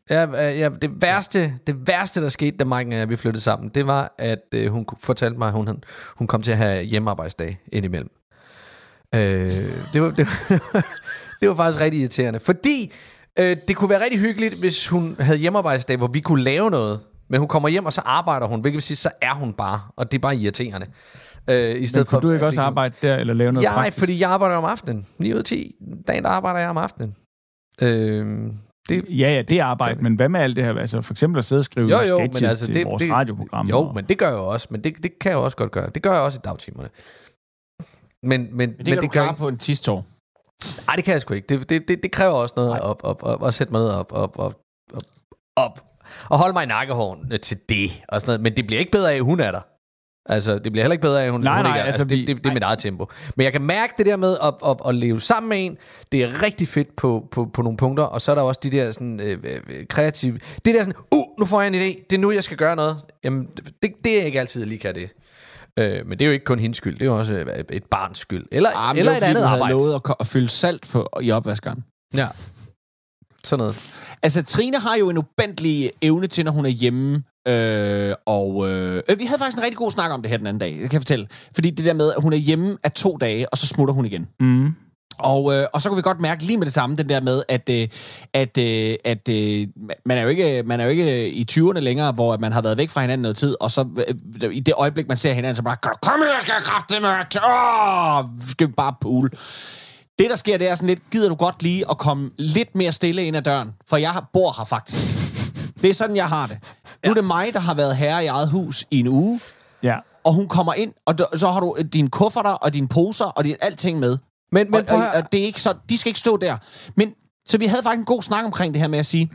[SPEAKER 5] Ja, ja, det værste, det værste, der skete, da Mike og vi flyttede sammen, det var, at øh, hun fortalte mig, at hun, hun kom til at have hjemmearbejdsdag indimellem. Øh, det, var, det, var, det var faktisk rigtig irriterende, fordi øh, det kunne være rigtig hyggeligt, hvis hun havde hjemmearbejdsdag, hvor vi kunne lave noget. Men hun kommer hjem, og så arbejder hun, hvilket vil sige, så er hun bare, og det er bare irriterende. Øh, i stedet
[SPEAKER 4] Men kunne
[SPEAKER 5] for,
[SPEAKER 4] du ikke også
[SPEAKER 5] hun...
[SPEAKER 4] arbejde der, eller lave noget
[SPEAKER 5] ja,
[SPEAKER 4] praktisk?
[SPEAKER 5] Nej, fordi jeg arbejder om aftenen. ni ud af ti dagen, der arbejder jeg om aftenen. Øh, det...
[SPEAKER 4] Ja, ja, det er arbejde, men hvad med alt det her? Altså for eksempel at sidde og skrive
[SPEAKER 5] jo, jo,
[SPEAKER 4] sketches
[SPEAKER 5] men altså,
[SPEAKER 4] til
[SPEAKER 5] det,
[SPEAKER 4] vores
[SPEAKER 5] det,
[SPEAKER 4] radioprogram.
[SPEAKER 5] Jo,
[SPEAKER 4] og...
[SPEAKER 5] men det gør jeg jo også, men det, det kan jeg jo også godt gøre. Det gør jeg også i dagtimerne. Men, men, men
[SPEAKER 3] det kan men
[SPEAKER 5] det
[SPEAKER 3] du klare på en tidstor.
[SPEAKER 5] Nej, det kan jeg sgu ikke. Det, det, det, det kræver også noget op, op, op, op, at sætte mig ned op, op, op, op, op. Og holde mig i nakkehåren til det og sådan noget. Men det bliver ikke bedre af, at hun er der. Altså, det bliver heller ikke bedre af, at hun,
[SPEAKER 4] nej,
[SPEAKER 5] hun
[SPEAKER 4] nej,
[SPEAKER 5] ikke er.
[SPEAKER 4] altså,
[SPEAKER 5] Altså, det,
[SPEAKER 4] vi,
[SPEAKER 5] det, det er mit eget tempo. Men jeg kan mærke det der med at, at, at leve sammen med en. Det er rigtig fedt på, på, på nogle punkter. Og så er der også de der sådan, øh, øh, kreative... Det der sådan, uh, nu får jeg en idé. Det er nu, jeg skal gøre noget. Jamen, det, det er ikke altid, jeg lige kan det. Øh, men det er jo ikke kun hendes skyld. Det er jo også et barns skyld. Eller,
[SPEAKER 3] ah,
[SPEAKER 5] eller et andet
[SPEAKER 3] arbejde.
[SPEAKER 5] arbejde.
[SPEAKER 3] Du havde lovet at, at fylde salt på, i opvaskeren.
[SPEAKER 5] Ja. Sådan noget.
[SPEAKER 3] Altså, Trine har jo en ubændig evne til, når hun er hjemme. Øh, og øh, vi havde faktisk en rigtig god snak om det her den anden dag, det kan jeg fortælle. Fordi det der med, at hun er hjemme af to dage, og så smutter hun igen.
[SPEAKER 4] Mm.
[SPEAKER 3] Og, øh, og så kan vi godt mærke lige med det samme, den der med, at, øh, at, øh, at øh, man, er jo ikke, man er jo ikke i tyverne længere, hvor man har været væk fra hinanden noget tid, og så øh, i det øjeblik, man ser hinanden, så bare, kom her, skal jeg kræfte med, åh, skal vi bare pool. Det, der sker, det er sådan lidt, gider du godt lige at komme lidt mere stille ind ad døren? For jeg bor her faktisk. Det er sådan, jeg har det. Nu er det mig, der har været herre i eget hus i en uge,
[SPEAKER 4] ja.
[SPEAKER 3] Og hun kommer ind, og d- så har du dine kufferter og dine poser og din alting med.
[SPEAKER 5] Men, men
[SPEAKER 3] og, og, og det er ikke så, de skal ikke stå der. Men så vi havde faktisk en god snak omkring det her med at sige,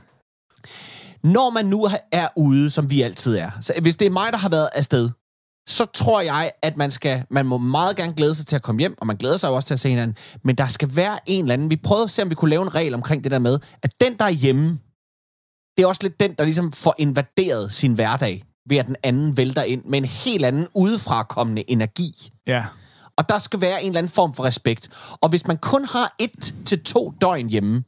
[SPEAKER 3] når man nu er ude, som vi altid er, så hvis det er mig, der har været afsted, så tror jeg, at man skal, man må meget gerne glæde sig til at komme hjem, og man glæder sig jo også til at se hinanden, men der skal være en eller anden. Vi prøvede at se, om vi kunne lave en regel omkring det der med, at den, der er hjemme, det er også lidt den, der ligesom får invaderet sin hverdag, ved at den anden vælter ind med en helt anden udefrakommende energi.
[SPEAKER 4] Ja.
[SPEAKER 3] Og der skal være en eller anden form for respekt. Og hvis man kun har et til to døgn hjemme,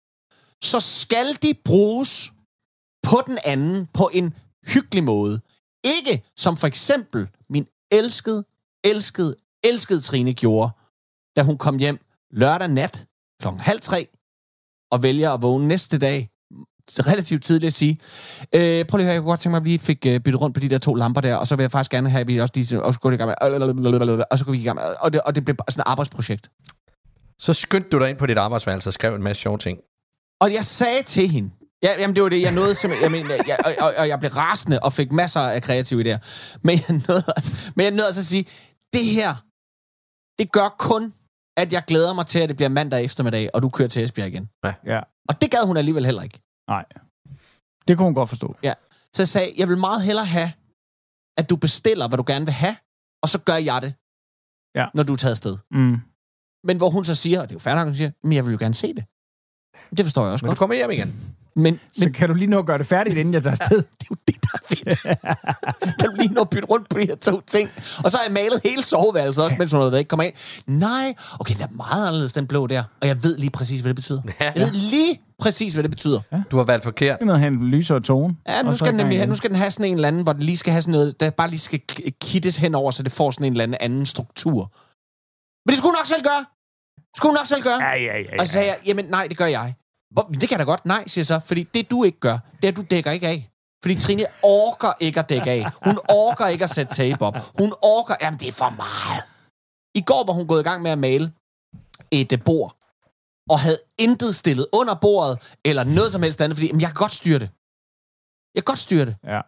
[SPEAKER 3] så skal de bruges på den anden på en hyggelig måde. Ikke som for eksempel min elskede, elskede, elskede Trine gjorde, da hun kom hjem lørdag nat klokken halv tre og vælger at vågne næste dag relativt tidligt at sige, øh, prøv lige at høre, jeg kunne godt tænke mig, at vi lige fik øh, byttet rundt på de der to lamper der, og så vil jeg faktisk gerne have, at vi også lige også går i gang med, og så går vi i gang med, og det, og det blev sådan et arbejdsprojekt.
[SPEAKER 5] Så skyndte du dig ind på dit arbejdsværelse og skrev en masse sjove ting.
[SPEAKER 3] Og jeg sagde til hende, ja, jamen det var det, jeg nåede simpelthen, jeg mener, jeg, og, og, og jeg blev rasende og fik masser af kreative idéer, men jeg nåede altså, men jeg nåede altså at sige, det her, det gør kun, at jeg glæder mig til, at det bliver mandag eftermiddag, og du kører til Esbjerg igen.
[SPEAKER 5] Ja.
[SPEAKER 4] Ja.
[SPEAKER 3] Og det gad hun alligevel heller ikke.
[SPEAKER 4] Nej. Det kunne hun godt forstå.
[SPEAKER 3] Ja. Så jeg sagde, jeg vil meget hellere have, at du bestiller, hvad du gerne vil have, og så gør jeg det,
[SPEAKER 4] ja.
[SPEAKER 3] Når du er taget afsted.
[SPEAKER 4] Mm.
[SPEAKER 3] Men hvor hun så siger, og det er jo fair nok, hun siger, men jeg vil jo gerne se det. Det forstår jeg også
[SPEAKER 5] men
[SPEAKER 3] godt.
[SPEAKER 5] Men du kommer hjem igen.
[SPEAKER 3] Men,
[SPEAKER 4] så
[SPEAKER 3] men,
[SPEAKER 4] kan du lige nå at gøre det færdigt, inden jeg tager afsted.
[SPEAKER 3] Det er jo det, der er fedt. Kan du lige nå at bytte rundt på de her to ting? Og så har jeg malet hele soveværelset også, mens hun havde ikke kommet ind. Nej, okay, den er meget anderledes, den blå der. Og jeg ved lige præcis, hvad det betyder. Jeg ved lige præcis, hvad det betyder.
[SPEAKER 5] Ja. Du har valgt forkert.
[SPEAKER 4] Det er noget have en lysere tone.
[SPEAKER 3] Ja, nu skal, den nemlig have, nu skal den have sådan en eller anden, hvor den lige skal have sådan noget, der bare lige skal kittes henover, så det får sådan en eller anden anden struktur. Men det skulle hun nok selv gøre. Det skulle hun nok selv gøre.
[SPEAKER 4] Ja, ja, ja, ja.
[SPEAKER 3] Og så sagde jeg, jamen nej, det gør jeg. Hvor, det kan jeg da godt. Nej, siger jeg så. Fordi det du ikke gør, det er, at du dækker ikke af. Fordi Trine orker ikke at dække af. Hun orker ikke at sætte tape op. Hun orker, jamen det er for meget. I går var hun gået i gang med at male et uh, bord, og havde intet stillet under bordet, eller noget som helst andet, fordi jamen, jeg kan godt styre det. Jeg kan godt styre det.
[SPEAKER 4] Ja.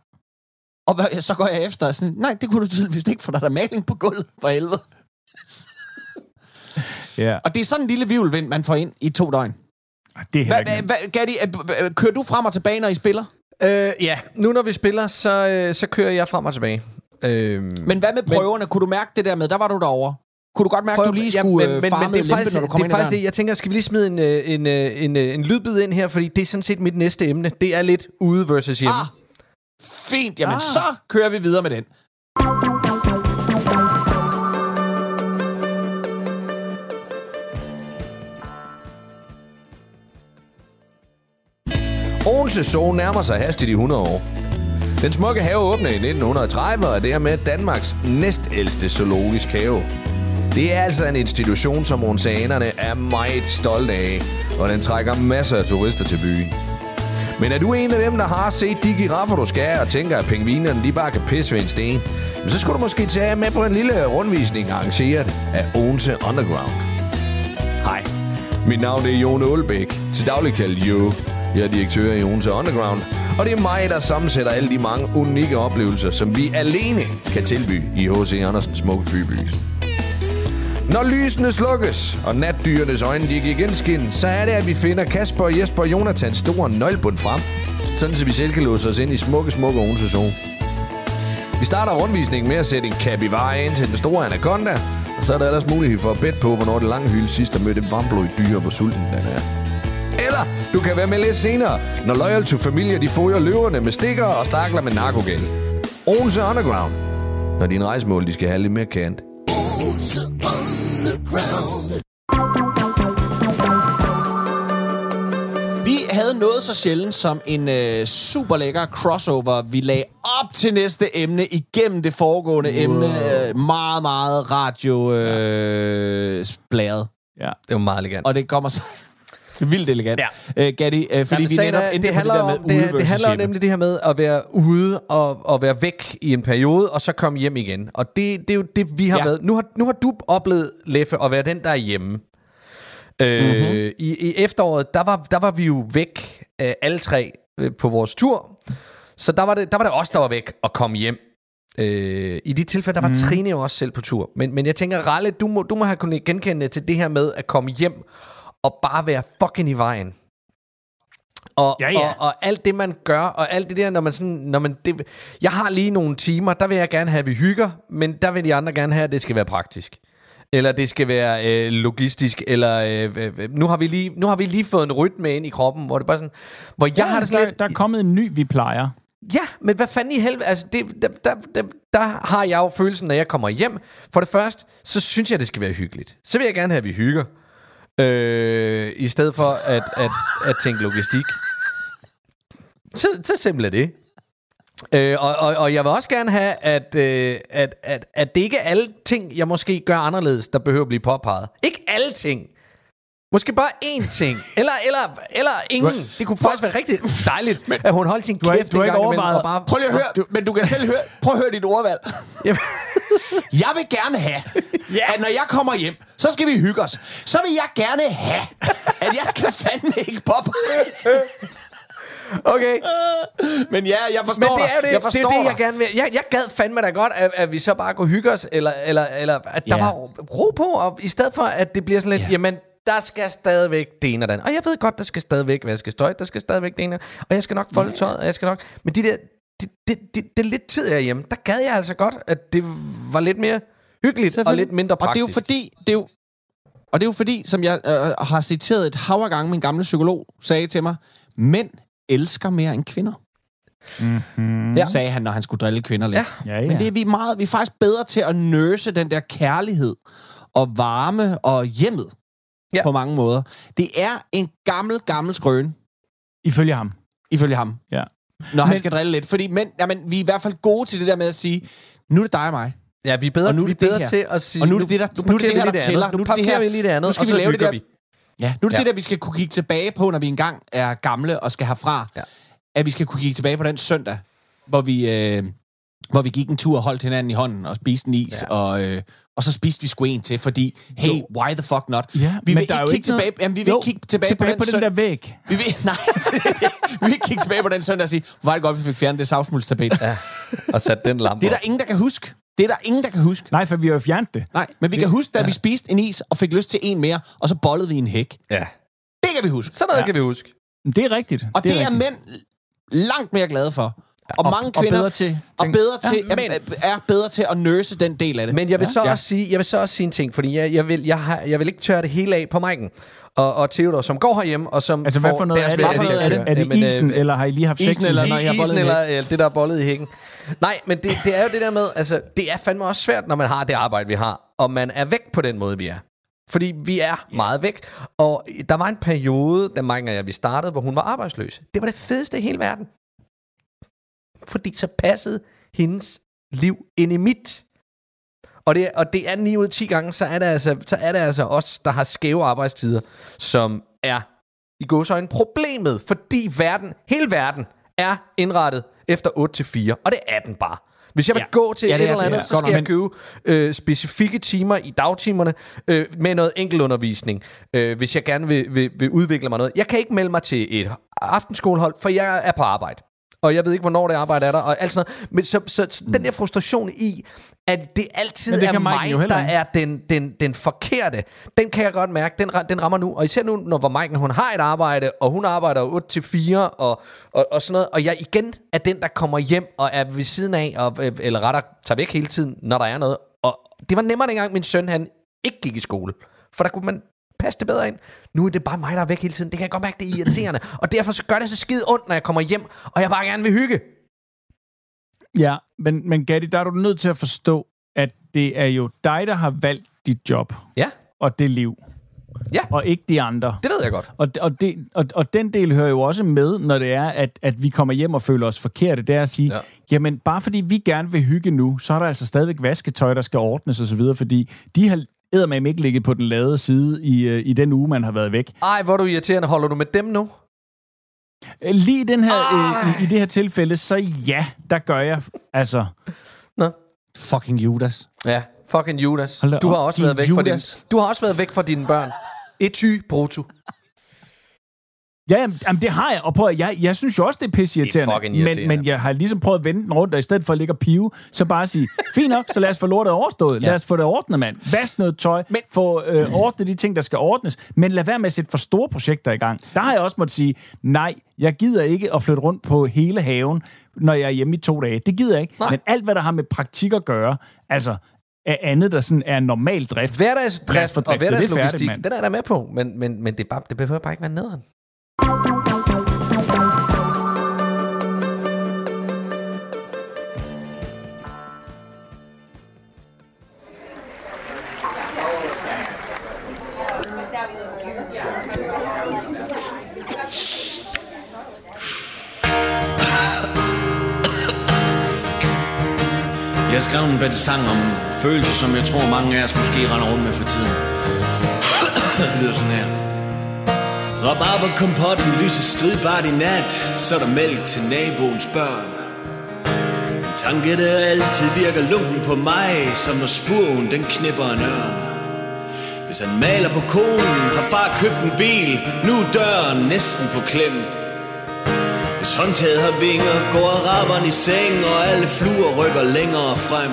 [SPEAKER 3] Og så går jeg efter og sådan, nej, det kunne du tydeligvis ikke, for der er der maling på gulvet for helvede.
[SPEAKER 4] Ja.
[SPEAKER 3] Og det er sådan en lille hvirvelvind, man får ind i to døgn.
[SPEAKER 4] Det er
[SPEAKER 3] hva, hva, hva, Gatti, kører du frem og tilbage, når I spiller?
[SPEAKER 5] Øh, ja, nu når vi spiller, så, øh, så kører jeg frem og tilbage. Øh,
[SPEAKER 3] men hvad med prøverne? Men, kunne du mærke det der med? Der var du derovre. Kunne du godt mærke, at du lige skulle ja, fare med lempe, når du kom ind i
[SPEAKER 5] Det er faktisk det. Jeg tænker, skal vi lige smide en, en, en, en, en lydbid ind her, fordi det er sådan set mit næste emne. Det er lidt ude versus hjemme.
[SPEAKER 3] Ah, fint. Jamen, ah. så kører vi videre med den.
[SPEAKER 5] Odense Zoo nærmer sig hastigt i hundrede år. Den smukke have åbnede i nitten tredive og er dermed Danmarks næstældste zoologisk have. Det er altså en institution, som odenseanerne er meget stolte af, og den trækker masser af turister til byen. Men er du en af dem, der har set de giraffer, du skal, og tænker, at pingvinerne de bare kan pisse ved en sten, så skulle du måske tage med på en lille rundvisning arrangeret af Odense Underground. Hej, mit navn er Jon Aalbæk, til daglig kaldt Jo. Jeg er direktør i Odense Underground, og det er mig, der sammensætter alle de mange unikke oplevelser, som vi alene kan tilbyde i H C Andersens smukke Fyby. Når lysene slukkes, og natdyrenes øjne de ikke igen skin, så er det, at vi finder Kasper, Jesper og Jonathans store nøglebund frem, sådan så vi selv kan låse os ind i smukke, smukke Odense Zoo. Vi starter rundvisningen med at sætte en capybara ind til den store anaconda, og så er der ellers mulighed for at bette på, hvornår det lange hylde sidst har mødt et varmblodigt dyr, hvor sulten den er. Eller du kan være med lidt senere, når Loyal to Familia de foder løverne med stikker og stakler med narkogæld. Odense Underground, når dine rejsemål de skal have lidt mere kant. Odense Underground.
[SPEAKER 3] Vi havde noget så sjældent som en øh, super lækker crossover. Vi lagde op til næste emne igennem det foregående wow. emne. Øh, meget, meget radio øh, blæret.
[SPEAKER 5] Ja, det var meget elegant.
[SPEAKER 3] Og det kommer så... vildt elegant. Ja. Uh, Gatti, uh, fordi
[SPEAKER 5] Jamen,
[SPEAKER 3] vi netop
[SPEAKER 5] det,
[SPEAKER 3] endte
[SPEAKER 5] det
[SPEAKER 3] på det der med
[SPEAKER 5] om, det, det handler nemlig det her med at være ude og, og være væk i en periode, og så komme hjem igen. Og det, det er jo det, vi har ja. været. Nu har, nu har du oplevet, Leffe, at være den, der er hjemme. Mm-hmm. Øh, i, I efteråret, der var, der var vi jo væk, øh, alle tre, øh, på vores tur. Så der var, det, der var det os, der var væk og kom hjem. Øh, I de tilfælde, der var mm. Trine jo også selv på tur. Men, men jeg tænker, Ralle, du må, du må have kunnet genkende til det her med at komme hjem og bare være fucking i vejen. Og, ja, ja. og, og alt det man gør, og alt det der, når man sådan, når man det, jeg har lige nogle timer, der vil jeg gerne have, at vi hygger, men der vil de andre gerne have, at det skal være praktisk. Eller det skal være øh, logistisk, eller øh, øh, nu har vi lige nu har vi lige fået en rytme ind i kroppen, hvor det bare sådan, hvor jeg
[SPEAKER 4] ja,
[SPEAKER 5] har det sådan
[SPEAKER 4] der,
[SPEAKER 5] lidt,
[SPEAKER 4] der er kommet en ny, vi plejer.
[SPEAKER 5] Ja, men hvad fanden i helvede, altså det, der, der, der, der har jeg jo følelsen, når jeg kommer hjem. For det første, så synes jeg, det skal være hyggeligt. Så vil jeg gerne have, at vi hygger. Øh, I stedet for at, at, at tænke logistik. Så, så simpelt er det. øh, og, og, og jeg vil også gerne have at, øh, at, at, at det ikke er alle ting, jeg måske gør anderledes, der behøver at blive påpeget. Ikke alle ting. Måske bare én ting. Eller, eller, eller ingen. Det kunne faktisk være rigtig dejligt, men, at hun holdt sin kæft en gang imellem og bare...
[SPEAKER 3] Prøv lige at høre, du, men du kan selv høre... Prøv at høre dit ordvalg. Jeg vil gerne have, yeah. at når jeg kommer hjem, så skal vi hygge os. Så vil jeg gerne have, at jeg skal fandme ikke pop.
[SPEAKER 5] Okay.
[SPEAKER 3] Men ja, jeg forstår
[SPEAKER 5] Men det er det,
[SPEAKER 3] jeg forstår
[SPEAKER 5] det, er det jeg gerne vil. Jeg, jeg gad fandme da godt, at, at vi så bare kunne hygge os, eller, eller, eller at der yeah. var ro på, og i stedet for, at det bliver sådan lidt, yeah. jamen, der skal stadigvæk det ene og den. Og jeg ved godt, der skal stadigvæk vaskestøj, der skal stadigvæk det ene, og jeg skal nok folde tøjet, og jeg skal nok... Men de der... Det, det, det, det er lidt tid herhjemme. Der gad jeg altså godt, at det var lidt mere hyggeligt og lidt mindre praktisk.
[SPEAKER 3] Og det er jo fordi, det er jo, og det er jo fordi, som jeg øh, har citeret et hav af gange, min gamle psykolog sagde til mig, mænd elsker mere end kvinder. Mm-hmm. Ja. Sagde han, når han skulle drille kvinder lidt.
[SPEAKER 5] Ja.
[SPEAKER 4] Ja, ja.
[SPEAKER 3] Men det er vi meget, vi er faktisk bedre til at nurse den der kærlighed og varme og hjemmet ja. på mange måder. Det er en gammel, gammel skrøne.
[SPEAKER 4] Ifølge ham.
[SPEAKER 3] Ifølge ham.
[SPEAKER 4] Ja.
[SPEAKER 3] Når men, han skal drille lidt. Fordi men, jamen, vi er i hvert fald gode til det der med at sige, nu er det dig og mig.
[SPEAKER 5] Ja, vi er bedre,
[SPEAKER 3] nu er
[SPEAKER 5] vi er bedre til at sige,
[SPEAKER 3] og nu er det det, der, nu, nu er det, det her, der tæller.
[SPEAKER 5] Nu parkerer vi lige det andet,
[SPEAKER 3] nu skal
[SPEAKER 5] og
[SPEAKER 3] vi
[SPEAKER 5] så
[SPEAKER 3] lave det der.
[SPEAKER 5] Vi.
[SPEAKER 3] Ja, nu er det
[SPEAKER 5] ja.
[SPEAKER 3] det der, vi skal kunne kigge tilbage på, når vi engang er gamle og skal herfra. Ja. At vi skal kunne kigge tilbage på den søndag, hvor vi, øh, hvor vi gik en tur og holdt hinanden i hånden og spiste en is, ja. og... Øh, Og så spiste vi sgu en til, fordi, hey, jo. why the fuck not?
[SPEAKER 4] Ja,
[SPEAKER 3] vi vil ikke kigge tilbage, jamen, vi vil ikke kigge tilbage,
[SPEAKER 4] tilbage
[SPEAKER 3] på den,
[SPEAKER 4] på den der væg.
[SPEAKER 3] Vi vil, nej, vi vil ikke kigge tilbage på den søndag og sige, hvor er det godt, vi fik fjernet det savsmuldstapet.
[SPEAKER 5] Ja, og sat den lampe.
[SPEAKER 3] Det er der ingen, der kan huske. Det er der ingen, der kan huske.
[SPEAKER 4] Nej, for vi har jo fjernet det.
[SPEAKER 3] Nej, men vi kan huske, da ja. vi spiste en is og fik lyst til en mere, og så bollede vi en hæk.
[SPEAKER 5] Ja.
[SPEAKER 3] Det kan vi huske.
[SPEAKER 5] Sådan noget
[SPEAKER 4] ja.
[SPEAKER 5] kan vi huske.
[SPEAKER 4] Det er rigtigt.
[SPEAKER 3] Og
[SPEAKER 4] det er,
[SPEAKER 3] det er
[SPEAKER 4] rigtigt.
[SPEAKER 3] mænd langt mere glade for. Og,
[SPEAKER 4] og
[SPEAKER 3] mange kvinder
[SPEAKER 4] og bedre til,
[SPEAKER 3] og bedre til,
[SPEAKER 5] ja, men,
[SPEAKER 3] er, er bedre til at nurse den del af det.
[SPEAKER 5] Men jeg vil
[SPEAKER 3] ja.
[SPEAKER 5] så
[SPEAKER 3] ja.
[SPEAKER 5] også sige, jeg vil så også sige en ting, fordi jeg, jeg vil jeg har jeg vil ikke tørre det hele af på mic'en. Og, og Theodor, som går herhjemme og som
[SPEAKER 4] altså, hvad for noget er det? Er det, er det, er det
[SPEAKER 5] men,
[SPEAKER 4] isen,
[SPEAKER 5] øh,
[SPEAKER 4] eller har I lige haft sex?
[SPEAKER 3] Isen, eller når jeg har
[SPEAKER 5] isen, eller øh, det der er bollet i hækken. Nej, men det, det er jo det der med, altså, det er fandme også svært, når man har det arbejde, vi har, og man er væk på den måde, vi er. Fordi vi er meget væk. Og der var en periode, da Mike og jeg vi startede, hvor hun var arbejdsløs. Det var det fedeste i hele verden. Fordi så passede hendes liv ind i mit. Og det, og det er ni ud af ti gange, så er det altså, så er det altså os, der har skæve arbejdstider, som er i gåseøjne problemet. Fordi verden, hele verden er indrettet efter otte til fire. Og det er den bare. Hvis jeg vil ja. gå til ja, et eller andet, ja. så skal Godt, jeg købe øh, specifikke timer i dagtimerne øh, med noget enkeltundervisning, øh, hvis jeg gerne vil, vil, vil udvikle mig noget. Jeg kan ikke melde mig til et aftenskolehold, for jeg er på arbejde. Og jeg ved ikke, hvornår det arbejde er der, og alt sådan noget. Men så, så, så mm. den der frustration i, at det altid det er mig, der er den, den, den forkerte, den kan jeg godt mærke, den, den rammer nu. Og især nu, når Maiken, hun har et arbejde, og hun arbejder otte til fire, og, og, og sådan noget. Og jeg igen er den, der kommer hjem og er ved siden af, og, eller retter tager væk hele tiden, når der er noget. Og det var nemmere dengang, min søn, han ikke gik i skole. For der kunne man passe det bedre ind. Nu er det bare mig, der er væk hele tiden. Det kan jeg godt mærke, det er irriterende. Og derfor så gør det så skide ondt, når jeg kommer hjem, og jeg bare gerne vil hygge.
[SPEAKER 4] Ja, men, men Gatti, der er du nødt til at forstå, at det er jo dig, der har valgt dit job.
[SPEAKER 5] Ja.
[SPEAKER 4] Og det liv.
[SPEAKER 5] Ja.
[SPEAKER 4] Og ikke de andre.
[SPEAKER 5] Det ved jeg godt.
[SPEAKER 4] Og, og, det, og, og den del hører jo også med, når det er, at, at vi kommer hjem og føler os forkerte. Det er at sige, ja. jamen bare fordi vi gerne vil hygge nu, så er der altså stadigvæk vasketøj, der skal ordnes osv., fordi de har eddermame ikke ligget på den lade side i, i den uge, man har været væk.
[SPEAKER 5] Ej, hvor er du irriterende. Holder du med dem nu?
[SPEAKER 4] Lige i, den her, øh, i, i det her tilfælde, så ja, der gør jeg. Altså.
[SPEAKER 5] Nå.
[SPEAKER 3] Fucking Judas.
[SPEAKER 5] Ja, fucking Judas. Du har også været væk fra din, du har også været væk fra dine børn. Ety, bruto.
[SPEAKER 4] Ja, jamen, det har jeg. Og prøv, jeg, jeg synes jo også, det er pisseirriterende. Men, men jeg har ligesom prøvet at vende den rundt, og i stedet for at ligge og pive, så bare sige, fint nok, så lad os få lortet overstået. Ja. Lad os få det ordnet, mand. Vask noget tøj. Men, få øh, ordnet de ting, der skal ordnes. Men lad være med at sætte for store projekter i gang. Der har jeg også måttet sige, nej, jeg gider ikke at flytte rundt på hele haven, når jeg er hjemme i to dage. Det gider jeg ikke. Nej. Men alt, hvad der har med praktik at gøre, altså af andet, der sådan er normal drift.
[SPEAKER 5] Hverdagsdrift og hverdagslogistik, den er der med på, men, men, men det, bare, det behøver bare ikke være nederen.
[SPEAKER 10] Jeg skrev en bedre sang om følelser, som jeg tror mange af os måske render rundt med for tiden. Det lyder sådan her. Rabarberkompotten lyser stridbart i nat, så er der mælk til naboens børn. En tanke, der altid virker lunken på mig, som når spurven den knipper en ørn. Hvis han maler på konen, har far købt en bil, nu er døren næsten på klem. Hvis håndtaget har vinger, går araberen i seng, og alle fluer rykker længere frem.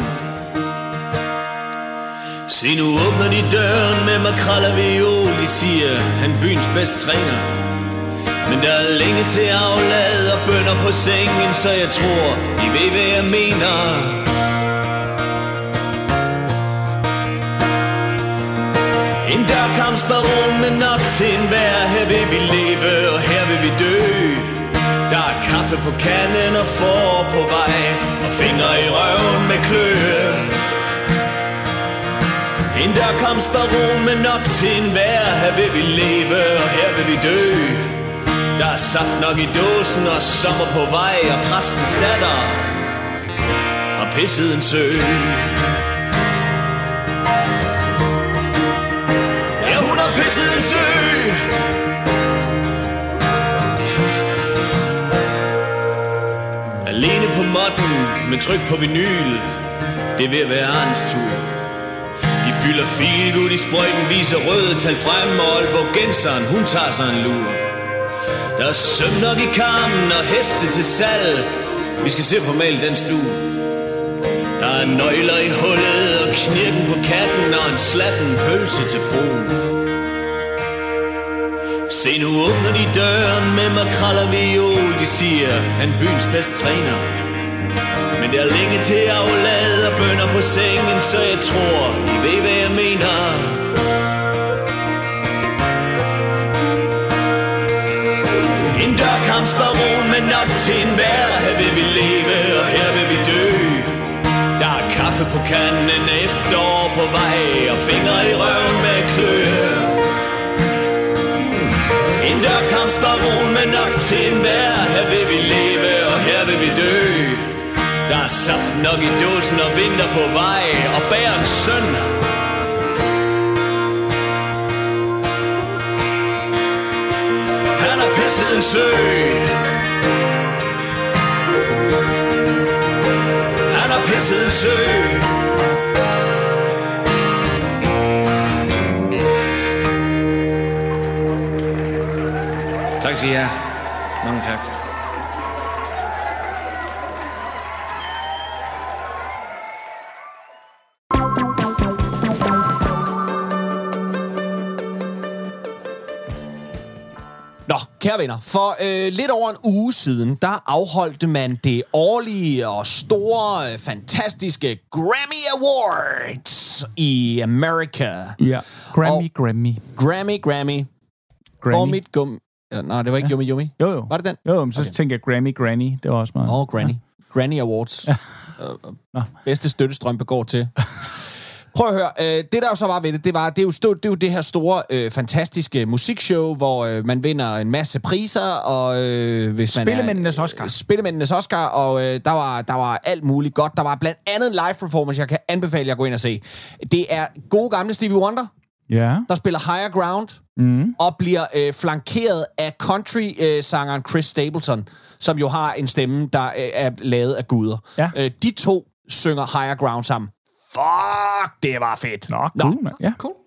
[SPEAKER 10] Se, nu åbner de døren med makrel og viol. De siger, han byens bedste træner. Men der er længe til aflad og bønner på sengen, så jeg tror, I ved, hvad jeg mener. En dørkampsbaron med nok til enhver. Her vil vi leve, og her vil vi dø. Der er kaffe på kanden og får på vej, og fingre i røven med kløe. En dørkampsbaron med nok til enhver. Her vil vi leve, og her vil vi dø. Der er saft nok i dåsen, og sommer på vej, og præstens datter har pisset en sø. Ja, hun har pisset en sø. Alene på måtten, med tryk på vinyl. Det vil være Arnes tur. De fylder feelgood i sprøjten, viser røde tal frem, og Aalborg Genseren, hun tager sig en lur. Der er søm nok i karmen og heste til salg. Vi skal se formelt den stue. Der er nøgler i hullet og knirken på katten, og en slatten pølse til fruen. Se, nu åbner de døren med makrel og viol. De siger, han byens bedste træner. Men der er længe til aflad og bønner på sengen, så jeg tror, I ved, hvad jeg mener. En dørkampsbaron med nok til enhver. Her vil vi leve, og her vil vi dø. Der er kaffe på kanden, efterår på vej, og fingre i røven med kløe. baron med nok til enhver. Her vil vi leve, og her vil vi dø. Der er saft nok i dåsen og vinter på vej. Og bærens søn. Han har pisset en sø. Han har pisset en sø. Tak skal I have. Mange tak.
[SPEAKER 3] Nå, kære venner, for øh, lidt over en uge siden, der afholdte man det årlige og store, øh, fantastiske Grammy Awards i Amerika.
[SPEAKER 4] Ja, Grammy,
[SPEAKER 3] og
[SPEAKER 4] Grammy.
[SPEAKER 3] Grammy, Grammy.
[SPEAKER 4] Grammy.
[SPEAKER 3] For mit gum... Nej, det var ikke ja. Yummy Yummy.
[SPEAKER 4] Jo, jo.
[SPEAKER 3] Var det den?
[SPEAKER 4] Jo, jo, men så okay. tænker jeg Grammy, Granny. Det var også meget.
[SPEAKER 3] Åh, oh, Granny. Ja. Granny Awards. Ja. Uh, bedste støttestrømpe går til. Prøv at høre, øh, det der jo så var ved det, det, var, det, er, jo stå, det er jo det her store, øh, fantastiske musikshow, hvor øh, man vinder en masse priser, og øh, hvis man
[SPEAKER 4] Spillemændenes Oscar.
[SPEAKER 3] Spillemændenes Oscar, og øh, der, var, der var alt muligt godt. Der var blandt andet en live performance, jeg kan anbefale jer at gå ind og se. Det er gode gamle Stevie Wonder,
[SPEAKER 4] ja.
[SPEAKER 3] der spiller Higher Ground, mm. og bliver øh, flankeret af country-sangeren Chris Stapleton, som jo har en stemme, der øh, er lavet af guder. Ja. Øh, de to synger Higher Ground sammen. Fuck, det var fedt.
[SPEAKER 4] Nå, cool. Nå. Ja.
[SPEAKER 3] Cool.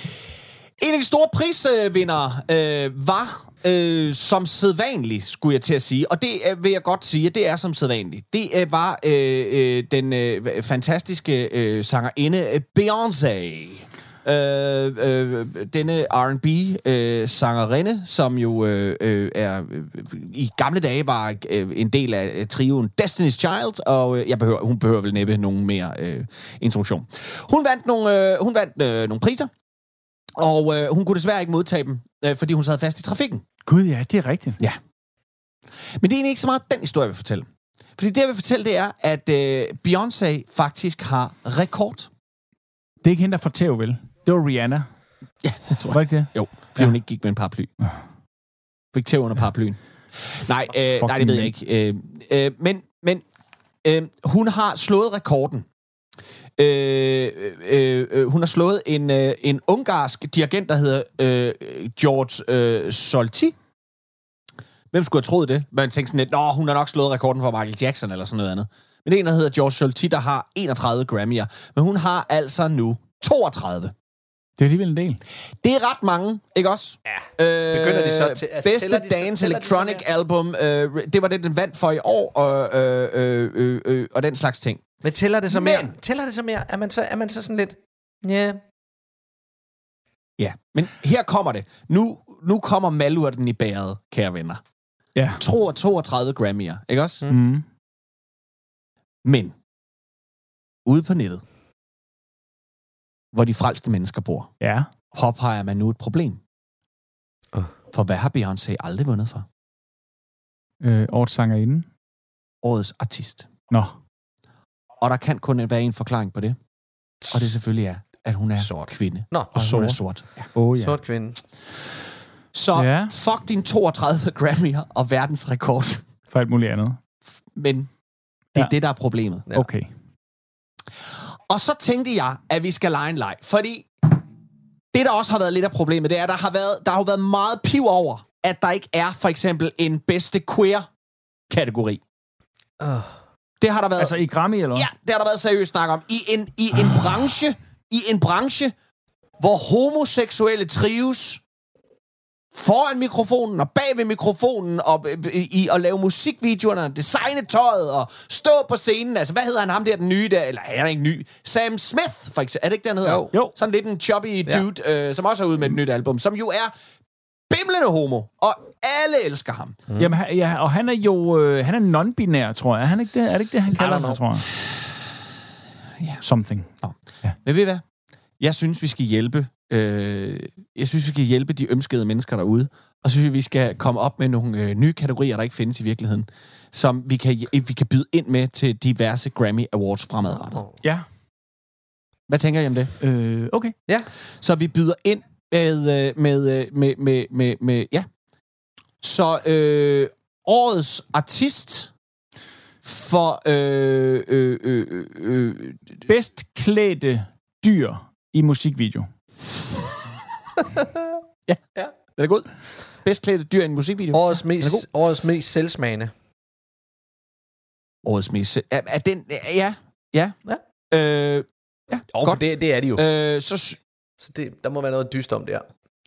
[SPEAKER 3] En af de store prisvindere øh, var øh, som sædvanligt, skulle jeg til at sige. Og det øh, vil jeg godt sige, at det er som sædvanligt. Det øh, var øh, øh, den øh, fantastiske øh, sangerinde Beyoncé. Øh, øh, denne R and B-sangerinde, øh, som jo øh, øh, er øh, i gamle dage var øh, en del af trioen Destiny's Child, og øh, jeg behøver, hun behøver vel næppe nogen mere øh, introduktion. Hun vandt nogle, øh, hun vandt, øh, nogle priser, og øh, hun kunne desværre ikke modtage dem, øh, fordi hun sad fast i trafikken.
[SPEAKER 4] Gud ja, det er rigtigt.
[SPEAKER 3] Ja. Men det er egentlig ikke så meget den historie, jeg vil fortælle. Fordi det, jeg vil fortælle, det er, at øh, Beyoncé faktisk har rekord.
[SPEAKER 4] Det er ikke hende, der får tæv, vel? Det var Rihanna.
[SPEAKER 3] Ja, det tror jeg.
[SPEAKER 4] Var ikke det?
[SPEAKER 3] Jo, fordi ja. hun ikke gik med en paraply. Fik tæv under paraplyen. Nej, øh, nej, det ved jeg ikke. Øh, øh, men men øh, hun har slået rekorden. Øh, øh, øh, hun har slået en, øh, en ungarsk dirigent, der hedder øh, George øh, Solti. Hvem skulle have troet det? Man tænkte sådan lidt, nå, hun har nok slået rekorden for Michael Jackson eller sådan noget andet. Men det er en, der hedder George Solti, der har enogtredive Grammy'er. Men hun har altså nu toogtredive.
[SPEAKER 4] Det er alligevel en del.
[SPEAKER 3] Det er ret mange, ikke også?
[SPEAKER 5] Ja. Øh, Begynder de så til...
[SPEAKER 3] Altså, bedste de Dance så, Electronic de Album, øh, det var det, den vandt for i år, og, øh, øh, øh, øh, og den slags ting.
[SPEAKER 5] Men tæller det så mere? Men, tæller det så mere? Er man så, er man så sådan lidt... Ja... Yeah.
[SPEAKER 3] Ja, men her kommer det. Nu, nu kommer malurten i bæret, kære venner.
[SPEAKER 4] Ja.
[SPEAKER 3] toogtredive Grammy'er, ikke også?
[SPEAKER 4] Mm.
[SPEAKER 3] Men, ude på nettet, hvor de frelste mennesker bor,
[SPEAKER 4] ja.
[SPEAKER 3] påpeger man nu et problem. Uh. For hvad har Beyoncé aldrig vundet for?
[SPEAKER 4] Øh, årets sangerinde.
[SPEAKER 3] Årets artist.
[SPEAKER 4] Nå.
[SPEAKER 3] Og der kan kun være en forklaring på det. Og det selvfølgelig er, at hun er
[SPEAKER 5] sort
[SPEAKER 3] kvinde.
[SPEAKER 5] Nå.
[SPEAKER 3] Og, og hun er sort.
[SPEAKER 4] Ja. Oh, ja.
[SPEAKER 5] Sort kvinde.
[SPEAKER 3] Så
[SPEAKER 4] ja.
[SPEAKER 3] fuck din toogtredive Grammy'er og verdensrekord.
[SPEAKER 4] For alt muligt andet.
[SPEAKER 3] Men det er ja. det, der er problemet.
[SPEAKER 4] Ja. Okay.
[SPEAKER 3] Og så tænkte jeg, at vi skal lege en leg. Fordi det, der også har været lidt af problemet, det er, at der har været, der har været meget piv over, at der ikke er for eksempel en bedste queer-kategori.
[SPEAKER 5] Uh.
[SPEAKER 3] Det har der været...
[SPEAKER 4] Altså i Grammy, eller?
[SPEAKER 3] Ja, det har der været seriøst snak om. I en, i en uh. branche, i en branche, hvor homoseksuelle trives foran mikrofonen og bag ved mikrofonen og i at lave musikvideoerne, designe tøjet og stå på scenen. Altså, hvad hedder han ham der, den nye der? Eller er han ikke ny? Sam Smith, for eksempel. Er det ikke, den hedder?
[SPEAKER 4] Jo. jo.
[SPEAKER 3] Sådan lidt en chubby dude, ja. øh, som også er ude med et nyt album, som jo er bimlende homo, og alle elsker ham.
[SPEAKER 4] Mm. Jamen, ja, og han er jo øh, han er non-binær, tror jeg. Er, han ikke det? Er det ikke det, han kalder sig, tror jeg?
[SPEAKER 3] Ja.
[SPEAKER 4] Something.
[SPEAKER 3] Nå. Ja. Men ved I hvad? Jeg synes, vi skal hjælpe øh, jeg synes, vi skal hjælpe de ønskede mennesker derude, og så synes jeg, vi skal komme op med nogle øh, nye kategorier, der ikke findes i virkeligheden, som vi kan, vi kan byde ind med til diverse Grammy Awards fremadrettet.
[SPEAKER 4] Ja.
[SPEAKER 3] Hvad tænker I om det?
[SPEAKER 4] Øh, okay.
[SPEAKER 5] Ja.
[SPEAKER 3] Så vi byder ind med, med, med, med, med, med ja. Så øh, årets artist for øh, øh, øh, øh,
[SPEAKER 4] bedst klædte dyr i musikvideo.
[SPEAKER 3] ja, ja, den er god. Bedst klædte dyr i en musikvideo.
[SPEAKER 5] Årets mest, årets mest selvsmagende.
[SPEAKER 3] Årets mest... Er, er den... Ja, ja.
[SPEAKER 5] Ja.
[SPEAKER 3] Øh, ja,
[SPEAKER 5] oh,
[SPEAKER 3] godt.
[SPEAKER 5] Det, det er de jo.
[SPEAKER 3] Øh, så...
[SPEAKER 5] Så det, der må være noget dyst om der.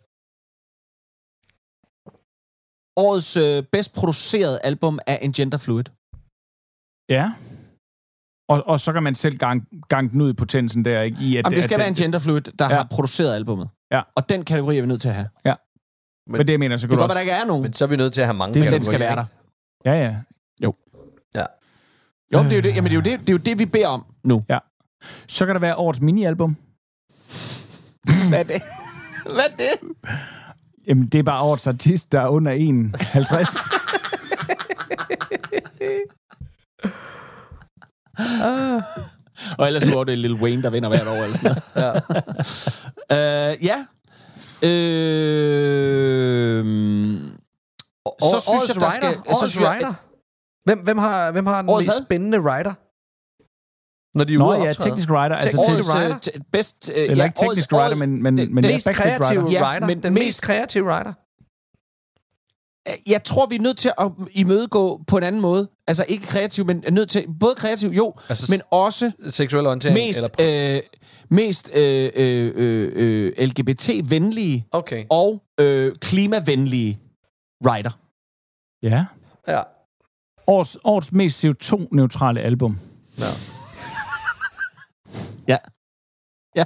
[SPEAKER 3] Årets øh, bedst producerede album er En Gender Fluid.
[SPEAKER 4] Ja. Og, og så kan man selv gang, gange den ud i potensen der, ikke? I, at,
[SPEAKER 3] Jamen, det skal
[SPEAKER 4] at,
[SPEAKER 3] være En Gender Fluid, der ja. har produceret albummet.
[SPEAKER 4] Ja.
[SPEAKER 3] Og den kategori er vi nødt til at have.
[SPEAKER 4] Ja. Men, men det mener jeg så
[SPEAKER 3] godt
[SPEAKER 4] også.
[SPEAKER 3] Det kan godt, der ikke er nogen.
[SPEAKER 5] Men så er vi nødt til at have mange.
[SPEAKER 3] Det, den skal være der.
[SPEAKER 4] Ja, ja.
[SPEAKER 3] Jo.
[SPEAKER 5] Ja.
[SPEAKER 3] Jo, det er jo det, jamen, det, er jo det, det er jo det, vi beder om nu.
[SPEAKER 4] Ja. Så kan der være årets mini-album.
[SPEAKER 3] Hvad er det? Hvad er det?
[SPEAKER 4] Jamen, det er bare årets artist, der er under en komma halvtreds.
[SPEAKER 3] ah. Og ellers var det Lil Wayne, der vinder hvert år. Eller sådan noget. Ja. uh, ja. Øh...
[SPEAKER 5] Så synes jeg, der skal... Årets writer. Hvem, hvem, har, hvem har den mest hvad? spændende writer? Når de er
[SPEAKER 4] Nå,
[SPEAKER 5] ude
[SPEAKER 4] ja, teknisk writer.
[SPEAKER 3] Altså
[SPEAKER 5] teknisk
[SPEAKER 3] writer. T- best, uh,
[SPEAKER 4] Eller
[SPEAKER 3] ja,
[SPEAKER 4] ikke teknisk
[SPEAKER 3] årets,
[SPEAKER 4] writer, men, men,
[SPEAKER 5] den,
[SPEAKER 4] men
[SPEAKER 5] den
[SPEAKER 4] ja,
[SPEAKER 5] mest kreative
[SPEAKER 4] writer.
[SPEAKER 5] writer.
[SPEAKER 3] Ja,
[SPEAKER 5] den
[SPEAKER 3] men
[SPEAKER 5] mest
[SPEAKER 3] mest
[SPEAKER 5] kreative writer.
[SPEAKER 3] Jeg tror, vi er nødt til at imødegå på en anden måde. Altså ikke kreativ, men nødt til... Både kreativ, jo, altså, men også...
[SPEAKER 5] Seksuel orientering?
[SPEAKER 3] Mest, eller... øh, mest øh, øh, øh, L G B T-venlige
[SPEAKER 5] okay.
[SPEAKER 3] og øh, klimavenlige writer.
[SPEAKER 4] Ja.
[SPEAKER 5] Ja.
[SPEAKER 4] Årets, årets mest C O to-neutrale album.
[SPEAKER 5] Ja.
[SPEAKER 3] ja. Ja.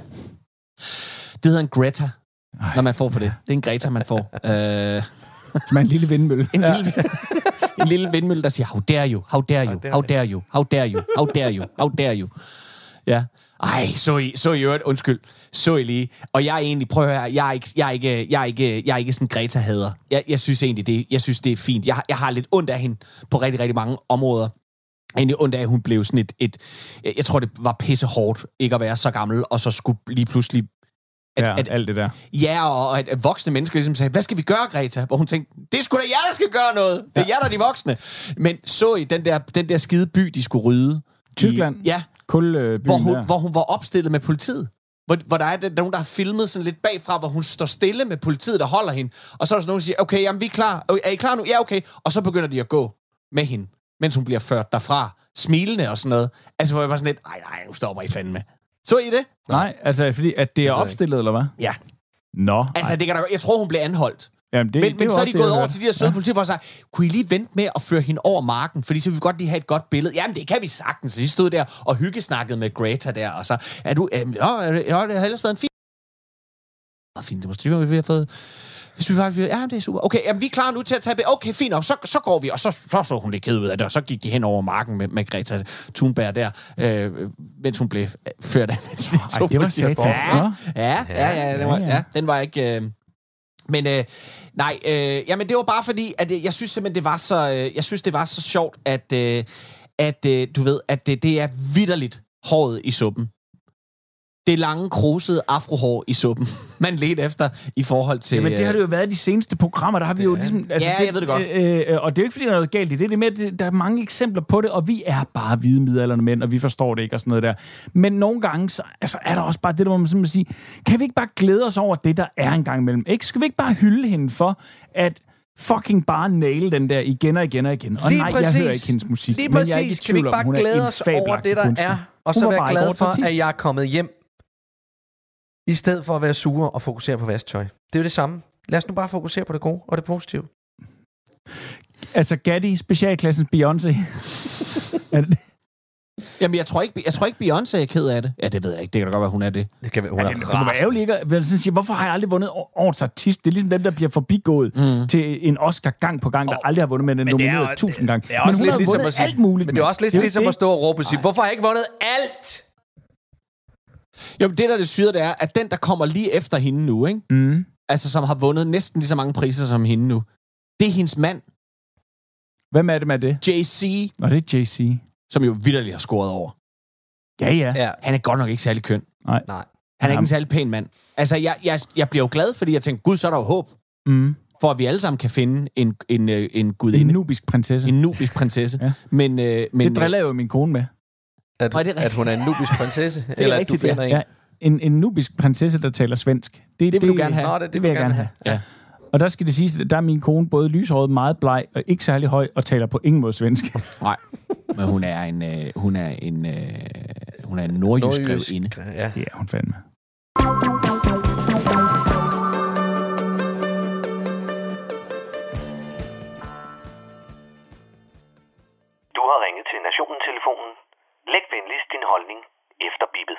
[SPEAKER 3] Det hedder en Greta, Ej, når man får for det. Det er en Greta, man får. øh...
[SPEAKER 4] Som er en lille vindmølle.
[SPEAKER 3] En, ja. lille, en lille vindmølle, der siger, how dare you, how dare you, how dare you, how dare you, how dare you, how dare you. Ja. Ej, så I, så I øvrigt, undskyld, så I lige. Og jeg er egentlig, prøv at høre, jeg er ikke, jeg er ikke, jeg er ikke, jeg er ikke sådan Greta-hader. Jeg, jeg synes egentlig, det, jeg synes, det er fint. Jeg, jeg har lidt ondt af hende på rigtig, rigtig mange områder. Egentlig ondt af, at hun blev sådan et, et, jeg tror, det var pisse hårdt, ikke at være så gammel, og så skulle lige pludselig At,
[SPEAKER 4] ja,
[SPEAKER 3] at,
[SPEAKER 4] alt det der.
[SPEAKER 3] Ja, og at, at voksne mennesker ligesom sagde, hvad skal vi gøre, Greta? Hvor hun tænkte, det er sgu da jer, der skal gøre noget. Det er ja. jer, der er de voksne. Men så I den der, den der skide by, de skulle rydde?
[SPEAKER 4] Tyskland?
[SPEAKER 3] I, ja.
[SPEAKER 4] Kul,
[SPEAKER 3] hvor, hun, hvor hun var opstillet med politiet. Hvor, hvor der er der, nogen, der har filmet sådan lidt bagfra, hvor hun står stille med politiet, der holder hende. Og så er der sådan nogen, der siger, okay, jamen vi er klar. Er I klar nu? Ja, okay. Og så begynder de at gå med hende, mens hun bliver ført derfra. Smilende og sådan noget. Altså, hvor jeg var sådan lidt, nej, nej, nu stopper I fandme. Så I det?
[SPEAKER 4] Nej, altså fordi, at det er opstillet, eller hvad?
[SPEAKER 3] Ja.
[SPEAKER 4] Nå.
[SPEAKER 3] Altså, det kan der, jeg tror, hun blev anholdt.
[SPEAKER 4] Jamen, det,
[SPEAKER 3] men
[SPEAKER 4] det
[SPEAKER 3] men så er de gået over
[SPEAKER 4] hørt.
[SPEAKER 3] til de her søde ja. politifolk og sagt, kunne I lige vente med at føre hende over marken? Fordi så vil vi godt lige have et godt billede. Jamen, det kan vi sagtens. Så de stod der og hyggesnakkede med Greta der, og så, er du, øh, ja, det har ellers været en fin... Fint, det må styre, vi har fået... Hvis vi faktisk, ja, det er super. Okay, jamen, vi er klar nu til at tage... Okay, fint, og så, så går vi, og så, så så hun det ked ud af det, og så gik de hen over marken med, med Greta Thunberg der, øh, mens hun blev ført af de to.
[SPEAKER 4] Ej, det var satans.
[SPEAKER 3] Ja, ja, ja, ja, den var, ja, den var ikke... Øh, men øh, nej, øh, jamen det var bare fordi, at øh, jeg synes simpelthen, det var så, øh, jeg synes, det var så sjovt, at, øh, at øh, du ved, at det, det er vitterligt håret i suppen. Det lange, krusede afrohår i suppen, man ledte efter i forhold til...
[SPEAKER 4] Jamen, det har det jo været i de seneste programmer, der har vi jo ligesom...
[SPEAKER 3] Altså, ja, det, jeg ved det godt.
[SPEAKER 4] Øh, øh, og det er jo ikke, fordi der er noget galt i det. Det er med, det, der er mange eksempler på det, og vi er bare hvide midaldrende mænd, og vi forstår det ikke og sådan noget der. Men nogle gange, så altså, er der også bare det, der må man simpelthen sige, kan vi ikke bare glæde os over det, der er en gang imellem? Ikke? Skal vi ikke bare hylde hende for, at fucking bare nail den der igen og igen og igen? Og
[SPEAKER 5] lige
[SPEAKER 4] nej,
[SPEAKER 5] præcis.
[SPEAKER 4] jeg hører ikke hendes musik,
[SPEAKER 5] lige
[SPEAKER 4] men jeg er ikke i
[SPEAKER 5] tvivl
[SPEAKER 4] om, hun er en fabelagtig kunstner. Kan vi ikke bare glæde os over det, der kunstner. Er, og så være glad for, at jeg er kommet hjem, i stedet for at være sure og fokusere på vasktøj. Det er jo det samme. Lad os nu bare fokusere på det gode og det positive. Altså Gatti, specialklassens Beyoncé.
[SPEAKER 3] Jamen, jeg tror ikke, jeg tror ikke Beyoncé er ked af det. Ja, det ved jeg ikke. Det kan da godt være, hun er det.
[SPEAKER 5] Det kan være, hun
[SPEAKER 4] ja,
[SPEAKER 5] er
[SPEAKER 4] det, det må være ærgerligt ikke. At, sige, hvorfor har jeg aldrig vundet årets artist? Det er ligesom dem, der bliver forbigået mm. til en Oscar gang på gang, der oh. aldrig har vundet, men den nomineret tusind gange.
[SPEAKER 5] Det er også
[SPEAKER 4] men
[SPEAKER 5] lidt ligesom at sige,
[SPEAKER 4] alt muligt.
[SPEAKER 5] Men det er også lidt
[SPEAKER 4] det
[SPEAKER 5] ligesom
[SPEAKER 4] det.
[SPEAKER 5] at stå og råbe og sige, hvorfor har jeg ikke vundet alt?
[SPEAKER 3] Jo, det der det syre, det er, at den, der kommer lige efter hende nu, ikke?
[SPEAKER 4] Mm.
[SPEAKER 3] Altså, som har vundet næsten lige så mange priser som hende nu, det er hendes mand.
[SPEAKER 4] Hvem er det med det?
[SPEAKER 3] Jay-Z.
[SPEAKER 4] Nå, det er Jay-Z.
[SPEAKER 3] Som jo vitterligt har scoret over.
[SPEAKER 4] Ja, ja,
[SPEAKER 5] ja.
[SPEAKER 3] Han er godt nok ikke særlig køn.
[SPEAKER 4] Nej.
[SPEAKER 5] Nej.
[SPEAKER 3] Han er ikke en særlig pæn mand. Altså, jeg, jeg, jeg bliver jo glad, fordi jeg tænker, gud, så er der jo håb.
[SPEAKER 4] Mm.
[SPEAKER 3] for at vi alle sammen kan finde en, en, en, en gudinde.
[SPEAKER 4] En nubisk prinsesse.
[SPEAKER 3] En nubisk prinsesse.
[SPEAKER 4] Ja.
[SPEAKER 3] Men, øh, men,
[SPEAKER 4] det driller jo min kone med.
[SPEAKER 5] At,
[SPEAKER 3] Nå, er det
[SPEAKER 5] at hun er en nubisk prinsesse?
[SPEAKER 3] det er
[SPEAKER 5] eller
[SPEAKER 3] rigtigt,
[SPEAKER 5] at du finder
[SPEAKER 3] ja.
[SPEAKER 5] en?
[SPEAKER 4] Ja, en, en nubisk prinsesse, der taler svensk. Det,
[SPEAKER 3] det vil det, du gerne have.
[SPEAKER 5] Nå, det, det,
[SPEAKER 4] det vil jeg gerne have. have.
[SPEAKER 3] Ja.
[SPEAKER 4] Og der skal det siges, at der er min kone både lyshåret, meget bleg og ikke særlig høj, og taler på ingen måde svensk.
[SPEAKER 3] Nej, men hun er en, øh, hun er en, øh, hun er en nordjysk grevinde.
[SPEAKER 5] Ja.
[SPEAKER 4] Det er hun fandme.
[SPEAKER 2] Du har ringet til Nationen-telefonen. Læg venligst din holdning efter bippet.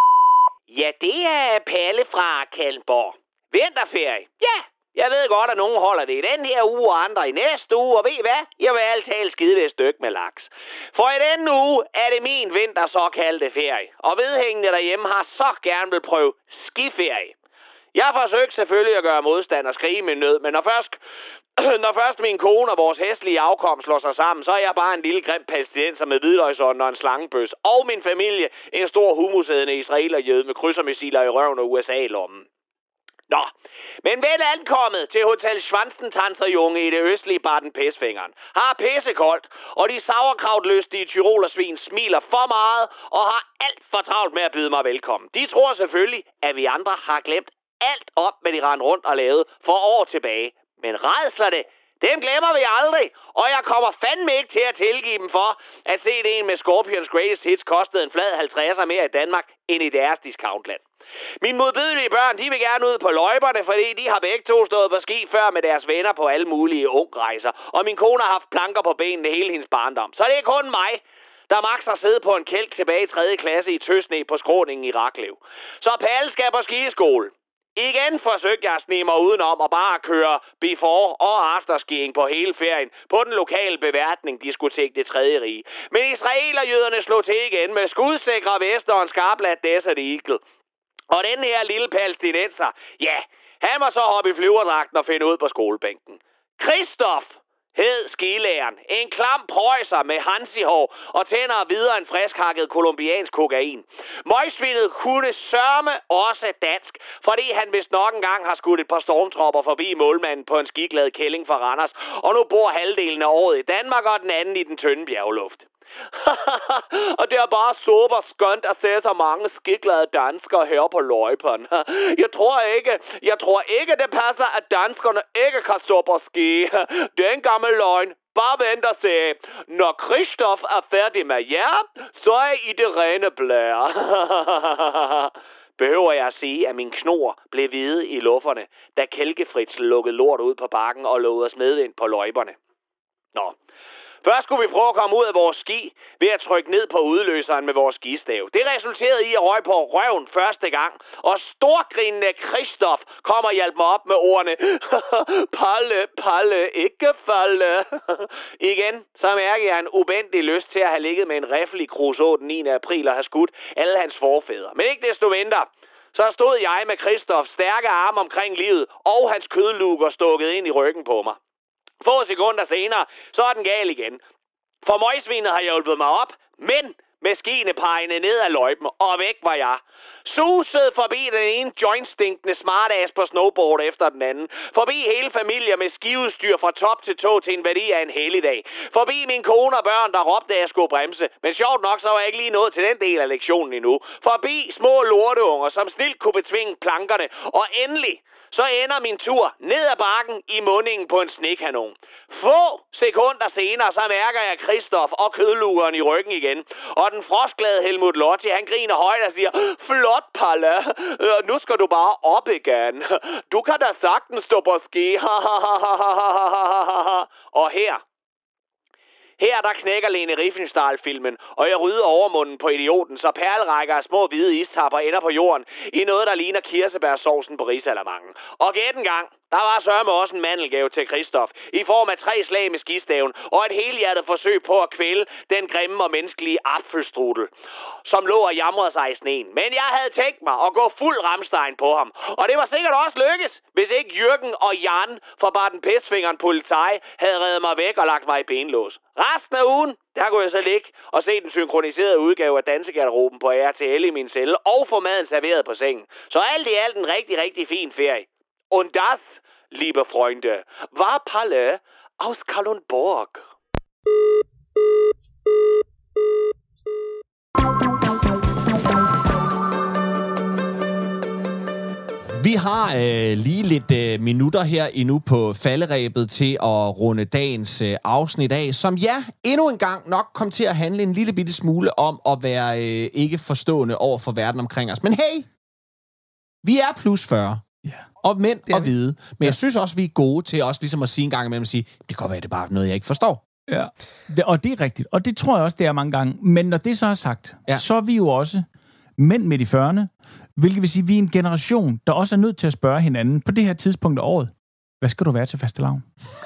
[SPEAKER 8] Ja, det er Palle fra Kalmborg. Vinterferie. Ja, jeg ved godt, at nogen holder det i den her uge, og andre i næste uge, og ved I hvad? Jeg vil alt tale skide det stykke med laks. For i denne uge er det min vinter såkaldte ferie, og vedhængende derhjemme har så gerne vil prøve skiferie. Jeg forsøgte selvfølgelig at gøre modstand og skrige med nød, men når først, når først min kone og vores hæslige afkom slår sig sammen, så er jeg bare en lille grim palæstinenser med hvidløgsånd og en slangebøs, og min familie en stor humusædende israelerjøde med krydsermissiler i røven og U S A i lommen. Nå, men vel ankommet til Hotel Schwanzentanzerjunge i det østlige Baden-Pissfingeren. Har pissekoldt, og de sauerkrautlystige tyrolersvin smiler for meget og har alt for travlt med at byde mig velkommen. De tror selvfølgelig, at vi andre har glemt alt op, hvad de rendte rundt og lavede for år tilbage. Men rædslerne, dem glemmer vi aldrig, og jeg kommer fandme ikke til at tilgive dem for, at C D'en med Scorpions Greatest Hits kostede en flad halvtredser mere i Danmark end i deres discountland. Mine modbydelige børn, de vil gerne ud på løjperne, fordi de har begge to stået på ski før med deres venner på alle mulige ungrejser. Og min kone har haft planker på benene hele hendes barndom. Så det er kun mig, der max har siddet på en kælk tilbage i tredje klasse i tøsne på skråningen i Raklev. Så Palle skal på skiskole. Igen forsøgte jeg at snige mig udenom og bare køre before og afterskiing på hele ferien på den lokale beværtning diskotek Det Tredje Rige. Men israelerjøderne slog til igen med skudsikre vester og en skarplat Desert Eagle. Og den her lille palæstinenser, ja, han må så hoppe i flyverdragten og finde ud på skolebænken. Christoph hed skilæreren. En klam prøjser med hansihår og tænder videre en friskhakket kolumbiansk kokain. Møgsvindet kunne sørme også dansk, fordi han vist nok engang har skudt et par stormtropper forbi målmanden på en skiglad kælling fra Randers, og nu bor halvdelen af året i Danmark og den anden i den tynde bjergluft. Og det er bare super skønt at se så mange skiglade danskere her på løjpen. Jeg tror ikke, jeg tror ikke det passer, at danskerne ikke kan stå på ski. Det er en gammel løgn. Bare vent og se. Når Christoph er færdig med jer, så er I det rene blære. Behøver jeg at sige, at min knor blev hvide i lufferne, da Kælkefrits lukkede lort ud på bakken og lovede os medvind på løjperne. Nå. Først skulle vi prøve at komme ud af vores ski ved at trykke ned på udløseren med vores skistav. Det resulterede i at røge på røven første gang, og storgrinende Christoph kom og hjalp mig op med ordene Palle, Palle, ikke falde. Igen, så mærker jeg en ubændig lyst til at have ligget med en riffel i Kruså den niende april og have skudt alle hans forfædre. Men ikke desto mindre. Så stod jeg med Christophs stærke arm omkring livet og hans kødluger stukket ind i ryggen på mig. Få sekunder senere, så er den gal igen. For møgsvinet har hjulpet mig op, men med skiene pegende ned ad løjpen, og væk var jeg. Susede forbi den ene jointstinkende smartass på snowboard efter den anden. Forbi hele familier med skiudstyr fra top til tå til en værdi af en helligdag. Forbi min kone og børn, der råbte, at jeg skulle bremse. Men sjovt nok, så var jeg ikke lige nået til den del af lektionen endnu. Forbi små lorteunger, som snilt kunne betvinge plankerne. Og endelig, så ender min tur ned ad bakken i mundingen på en snekanon. Få sekunder senere, så mærker jeg Christoph og kødlugeren i ryggen igen. Og den frostglade Helmut Lotti, han griner højt og siger, flot, Palle, nu skal du bare op igen. Du kan da sagtens stå på ski. Og her, Her der knækker Lene Riefenstahl-filmen, og jeg rydder overmunden på idioten, så perlerækker af små hvide istapper ender på jorden i noget, der ligner kirsebærsovsen på risalamangen. Og gæt en gang, der var sørme også en mandelgave til Christoph, i form af tre slag med skistaven, og et helhjertet forsøg på at kvæle den grimme og menneskelige apfelstrudel, som lå og jamrede sig i sneen. Men jeg havde tænkt mig at gå fuld Rammstein på ham, og det var sikkert også lykkes, hvis ikke Jürgen og Jan fra Baden-Pissfingeren politi havde reddet mig væk og lagt mig i benlås. Resten af ugen, der kunne jeg så ligge og se den synkroniserede udgave af Dansegarderoben på R T L i min celle, og få maden serveret på sengen. Så alt i alt en rigtig, rigtig fin ferie. Und das
[SPEAKER 9] liebe Freunde, war Palle aus Kalundborg.
[SPEAKER 3] Vi har øh, lige lidt øh, minutter her endnu på falderæbet til at runde dagens øh, afsnit af, som ja, endnu en gang nok kom til at handle en lille bitte smule om at være øh, ikke forstående over for verden omkring os. Men hey, vi er plus fyrre. Ja. Og mænd og hvide. Men ja. jeg synes også, vi er gode til også ligesom at sige en gang imellem at sige, det kan godt være, det er bare noget, jeg ikke forstår.
[SPEAKER 4] Ja, det, og det er rigtigt. Og det tror jeg også, det er mange gange. Men når det så er sagt, ja. så er vi jo også mænd midt i fyrrerne, hvilket vil sige, at vi er en generation, der også er nødt til at spørge hinanden på det her tidspunkt af året. Hvad skal du være til fastelavn?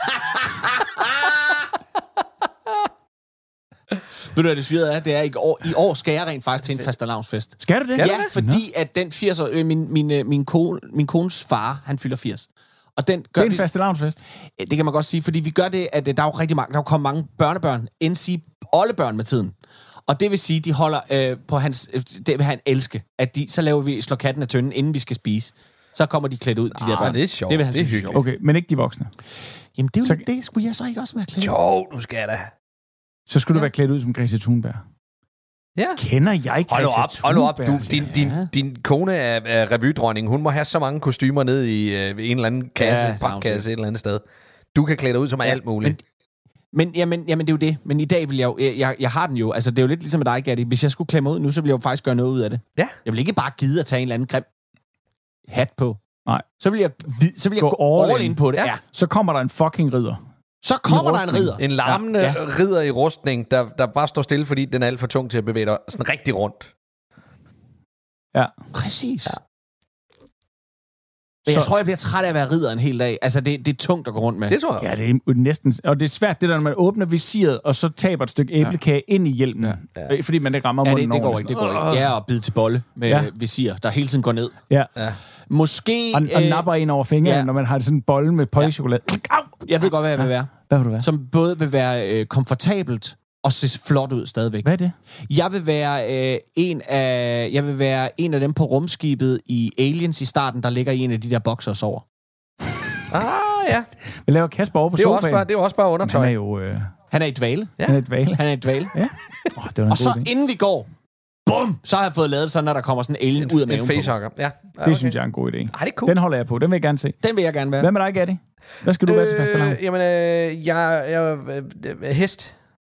[SPEAKER 3] Ved du, hvad det svirede er? Det er i år, i år skal jeg rent faktisk til en fastelavnsfest.
[SPEAKER 4] Skal du det?
[SPEAKER 3] Ja, det? fordi at den firs år, min, min, min, kone, min kones far, han fylder firs. Og den gør
[SPEAKER 4] det er en fastelavnsfest?
[SPEAKER 3] Det kan man godt sige, fordi vi gør det, at der er jo rigtig mange, der er kommet mange børnebørn, N C oldebørn med tiden. Og det vil sige, de holder øh, på hans... Øh, det vil han elske. At de, så laver vi slår katten af tønden, inden vi skal spise. Så kommer de klædt ud, de ah, der børn.
[SPEAKER 5] Det er sjovt.
[SPEAKER 3] Det vil han
[SPEAKER 5] det er
[SPEAKER 3] synes
[SPEAKER 5] hyggeligt.
[SPEAKER 4] Okay, men ikke de voksne?
[SPEAKER 3] Jamen, det, så, det skulle jeg så ikke også være klædt.
[SPEAKER 5] Jo, du skal da.
[SPEAKER 4] Så skulle ja. du være klædt ud som Greta Thunberg.
[SPEAKER 5] Ja.
[SPEAKER 4] Kender jeg Greta
[SPEAKER 5] Hold op, hold op. Du, din, din,
[SPEAKER 4] ja.
[SPEAKER 5] din kone er, er revydronning. Hun må have så mange kostymer ned i øh, en eller anden kasse,
[SPEAKER 3] ja,
[SPEAKER 5] papkasse et eller andet sted. Du kan klæde dig ud som ja, alt muligt.
[SPEAKER 3] Men, Men, jamen, jamen, det er jo det. Men i dag vil jeg jo... Jeg, jeg, jeg har den jo... Altså, det er jo lidt ligesom med dig, Gatti. Hvis jeg skulle klemme ud nu, så ville jeg jo faktisk gøre noget ud af det.
[SPEAKER 5] Ja.
[SPEAKER 3] Jeg vil ikke bare gide at tage en eller anden grim hat på.
[SPEAKER 4] Nej.
[SPEAKER 3] Så vil jeg, så vil jeg gå, gå all, all in på det. Ja. Ja.
[SPEAKER 4] Så kommer der en fucking ridder.
[SPEAKER 3] Så kommer der en ridder.
[SPEAKER 5] En larmende ja. Ja. ridder i rustning, der, der bare står stille, fordi den er alt for tung til at bevæge dig sådan rigtig rundt.
[SPEAKER 4] Ja.
[SPEAKER 3] Præcis. Ja. Men jeg så, tror, jeg bliver træt af at være ridder en hel dag. Altså, det, det er tungt at gå rundt med.
[SPEAKER 5] Det tror jeg.
[SPEAKER 4] Ja, det er næsten... Og det er svært, det der, når man åbner visiret, og så taber et stykke æblekage ja. ind i hjelmen. Ja. Ja. Fordi man ikke rammer munden.
[SPEAKER 3] Ja, det, det går ikke, det går ikke. Ja, og bide til bolle med ja. visir, der hele tiden går ned.
[SPEAKER 4] Ja.
[SPEAKER 3] ja. Måske...
[SPEAKER 4] Og, og napper ind over fingrene, ja. når man har sådan en bolle med pålægchokolade.
[SPEAKER 3] Ja. Jeg ved godt, hvad jeg vil være.
[SPEAKER 4] Hvad vil du være?
[SPEAKER 3] Som både vil være øh, komfortabelt og se flot ud stadigvæk.
[SPEAKER 4] Hvad er det?
[SPEAKER 3] Jeg vil være øh, en af jeg vil være en af dem på rumskibet i Aliens i starten, der ligger i en af de der boxers over.
[SPEAKER 5] Ah, ja.
[SPEAKER 4] Vi laver Kasper over på
[SPEAKER 5] det
[SPEAKER 4] sofaen.
[SPEAKER 5] Bare, det er jo også bare undertøj.
[SPEAKER 4] Han er jo... Øh...
[SPEAKER 3] Han er i dvale.
[SPEAKER 4] Ja. Han er i dvale.
[SPEAKER 3] Han er i dvale.
[SPEAKER 4] Ja. Oh, det var
[SPEAKER 3] og så
[SPEAKER 4] idé.
[SPEAKER 3] inden vi går, bum, så har jeg fået lavet sådan, når der kommer sådan en alien en, ud af maven.
[SPEAKER 5] En facehugger. Ja.
[SPEAKER 4] Ja, okay. Det synes jeg er en god idé.
[SPEAKER 5] Ej, det er cool.
[SPEAKER 4] Den holder jeg på. Den vil jeg gerne se.
[SPEAKER 3] Den vil jeg gerne være.
[SPEAKER 4] Hvad med dig, Gatti? Hvad skal du øh, være til fastelavn?
[SPEAKER 5] Jamen, øh, jeg... jeg øh, hest.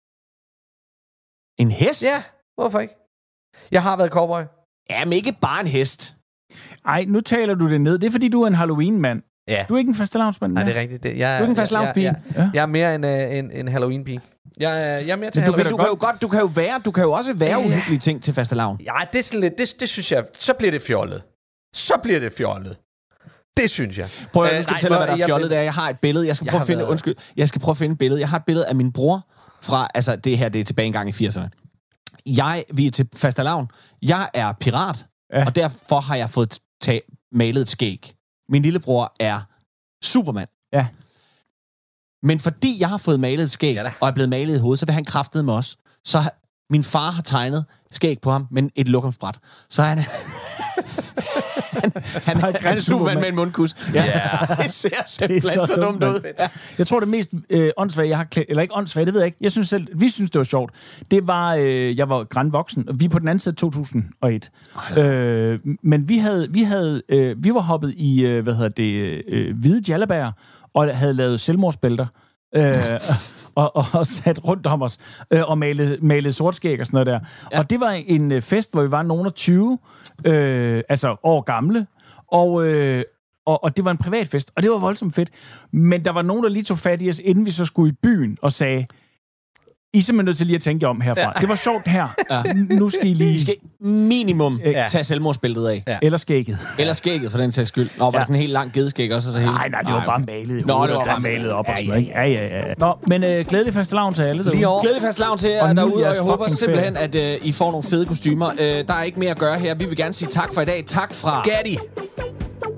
[SPEAKER 3] En hest?
[SPEAKER 5] Ja, hvorfor ikke? Jeg har været cowboy.
[SPEAKER 3] Ja, men ikke bare en hest.
[SPEAKER 4] Ej, nu taler du det ned. Det er, fordi du er en Halloween-mand.
[SPEAKER 5] Ja.
[SPEAKER 4] Du er ikke en fastelavnsmand.
[SPEAKER 5] Nej, det er rigtigt. Det, jeg,
[SPEAKER 3] du er ikke en fastelavnspige.
[SPEAKER 5] Jeg, jeg, jeg, jeg er mere en, en, en Halloween-pige. Jeg, jeg er mere til
[SPEAKER 3] men du,
[SPEAKER 5] Halloween.
[SPEAKER 3] Men du kan jo godt, du kan jo være, du kan jo også være
[SPEAKER 5] ja.
[SPEAKER 3] uhyggelige ting til fastelavn.
[SPEAKER 5] Ja, det er sådan lidt, det, det synes jeg, så bliver det fjollet. Så bliver det fjollet. Det synes jeg.
[SPEAKER 3] Prøv at, nu skal jeg fortælle, hvad der er fjollet. Jeg, jeg har et billede. Jeg skal prøve at finde, været... undskyld, jeg skal prøve at finde et billede. Jeg har et billede af min bror fra, altså det her, det er tilbage engang i firserne. Jeg, vi er til fastelavn. Jeg er pirat, ja. og derfor har jeg fået tag, malet et skæg. Min lillebror er Superman.
[SPEAKER 4] Ja.
[SPEAKER 3] Men fordi jeg har fået malet et skæg,
[SPEAKER 5] ja,
[SPEAKER 3] og er blevet malet i hovedet, så vil han kraftede med os. Så min far har tegnet skæg på ham, men et lokumsbræt. Så han... han, han, han, han er Superman med en mundkus. Ja, yeah. Det ser simpelthen så, så dumt ud. Ja.
[SPEAKER 4] Jeg tror, det mest øh, åndssvage, jeg har klædt, eller ikke åndssvage, det ved jeg ikke. Jeg synes selv, vi synes, det var sjovt. Det var, øh, jeg var grandvoksen, og vi er på den anden side to tusind og et. Øh, men vi havde, vi havde, øh, vi var hoppet i, øh, hvad hedder det, øh, hvide jallabærer, og havde lavet selvmordsbælter. Øh, og, og, og sat rundt om os, øh, og malet, malet sortskæg og sådan noget der. Ja. Og det var en øh, fest, hvor vi var nogen af tyve, øh, altså år gamle, og, øh, og, og det var en privat fest, og det var voldsomt fedt. Men der var nogen, der lige tog fat i os, inden vi så skulle i byen, og sagde, I er simpelthen nødt til lige at tænke jer om herfra. Ja. Det var sjovt her. Ja. Nu skal I lige...
[SPEAKER 3] I skal minimum ja. tage selvmordsbilledet af.
[SPEAKER 4] Ja. Eller skægget.
[SPEAKER 3] Eller skægget, for den sags skyld. Nå, var ja. der sådan en helt lang gedeskæg også? Så hele...
[SPEAKER 4] Nej, nej, det var nej, bare malet.
[SPEAKER 3] Nå, det var bare
[SPEAKER 4] malet op og sådan noget. Ja, ja, ja. Nå, men øh, glædelig fastelavn til alle derude.
[SPEAKER 3] Glædelig fastelavn til jer derude, og jeg håber simpelthen, at øh, I får nogle fede kostymer. Øh, der er ikke mere at gøre her. Vi vil gerne sige tak for i dag. Tak fra...
[SPEAKER 5] Gatti.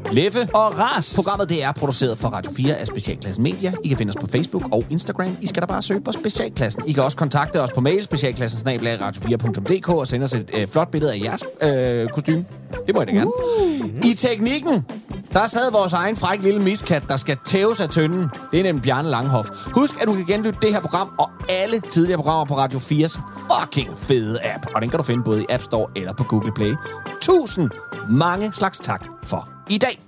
[SPEAKER 3] Leffe
[SPEAKER 4] og Ras.
[SPEAKER 3] Programmet det er produceret for Radio fire af Specialklassen Media. I kan finde os på Facebook og Instagram. I skal da bare søge på Specialklassen. I kan også kontakte os på mail, specialklassen snabel-a radio fire punktum d k, og sende os et øh, flot billede af jeres øh, kostume. Det må I da gerne. Uh. I teknikken, der sad vores egen fræk lille miskat, der skal tæves af tønden. Det er nemlig Bjarne Langhoff. Husk, at du kan genlytte det her program og alle tidligere programmer på Radio fires fucking fede app. Og den kan du finde både i App Store eller på Google Play. Tusind mange slags tak for i dag.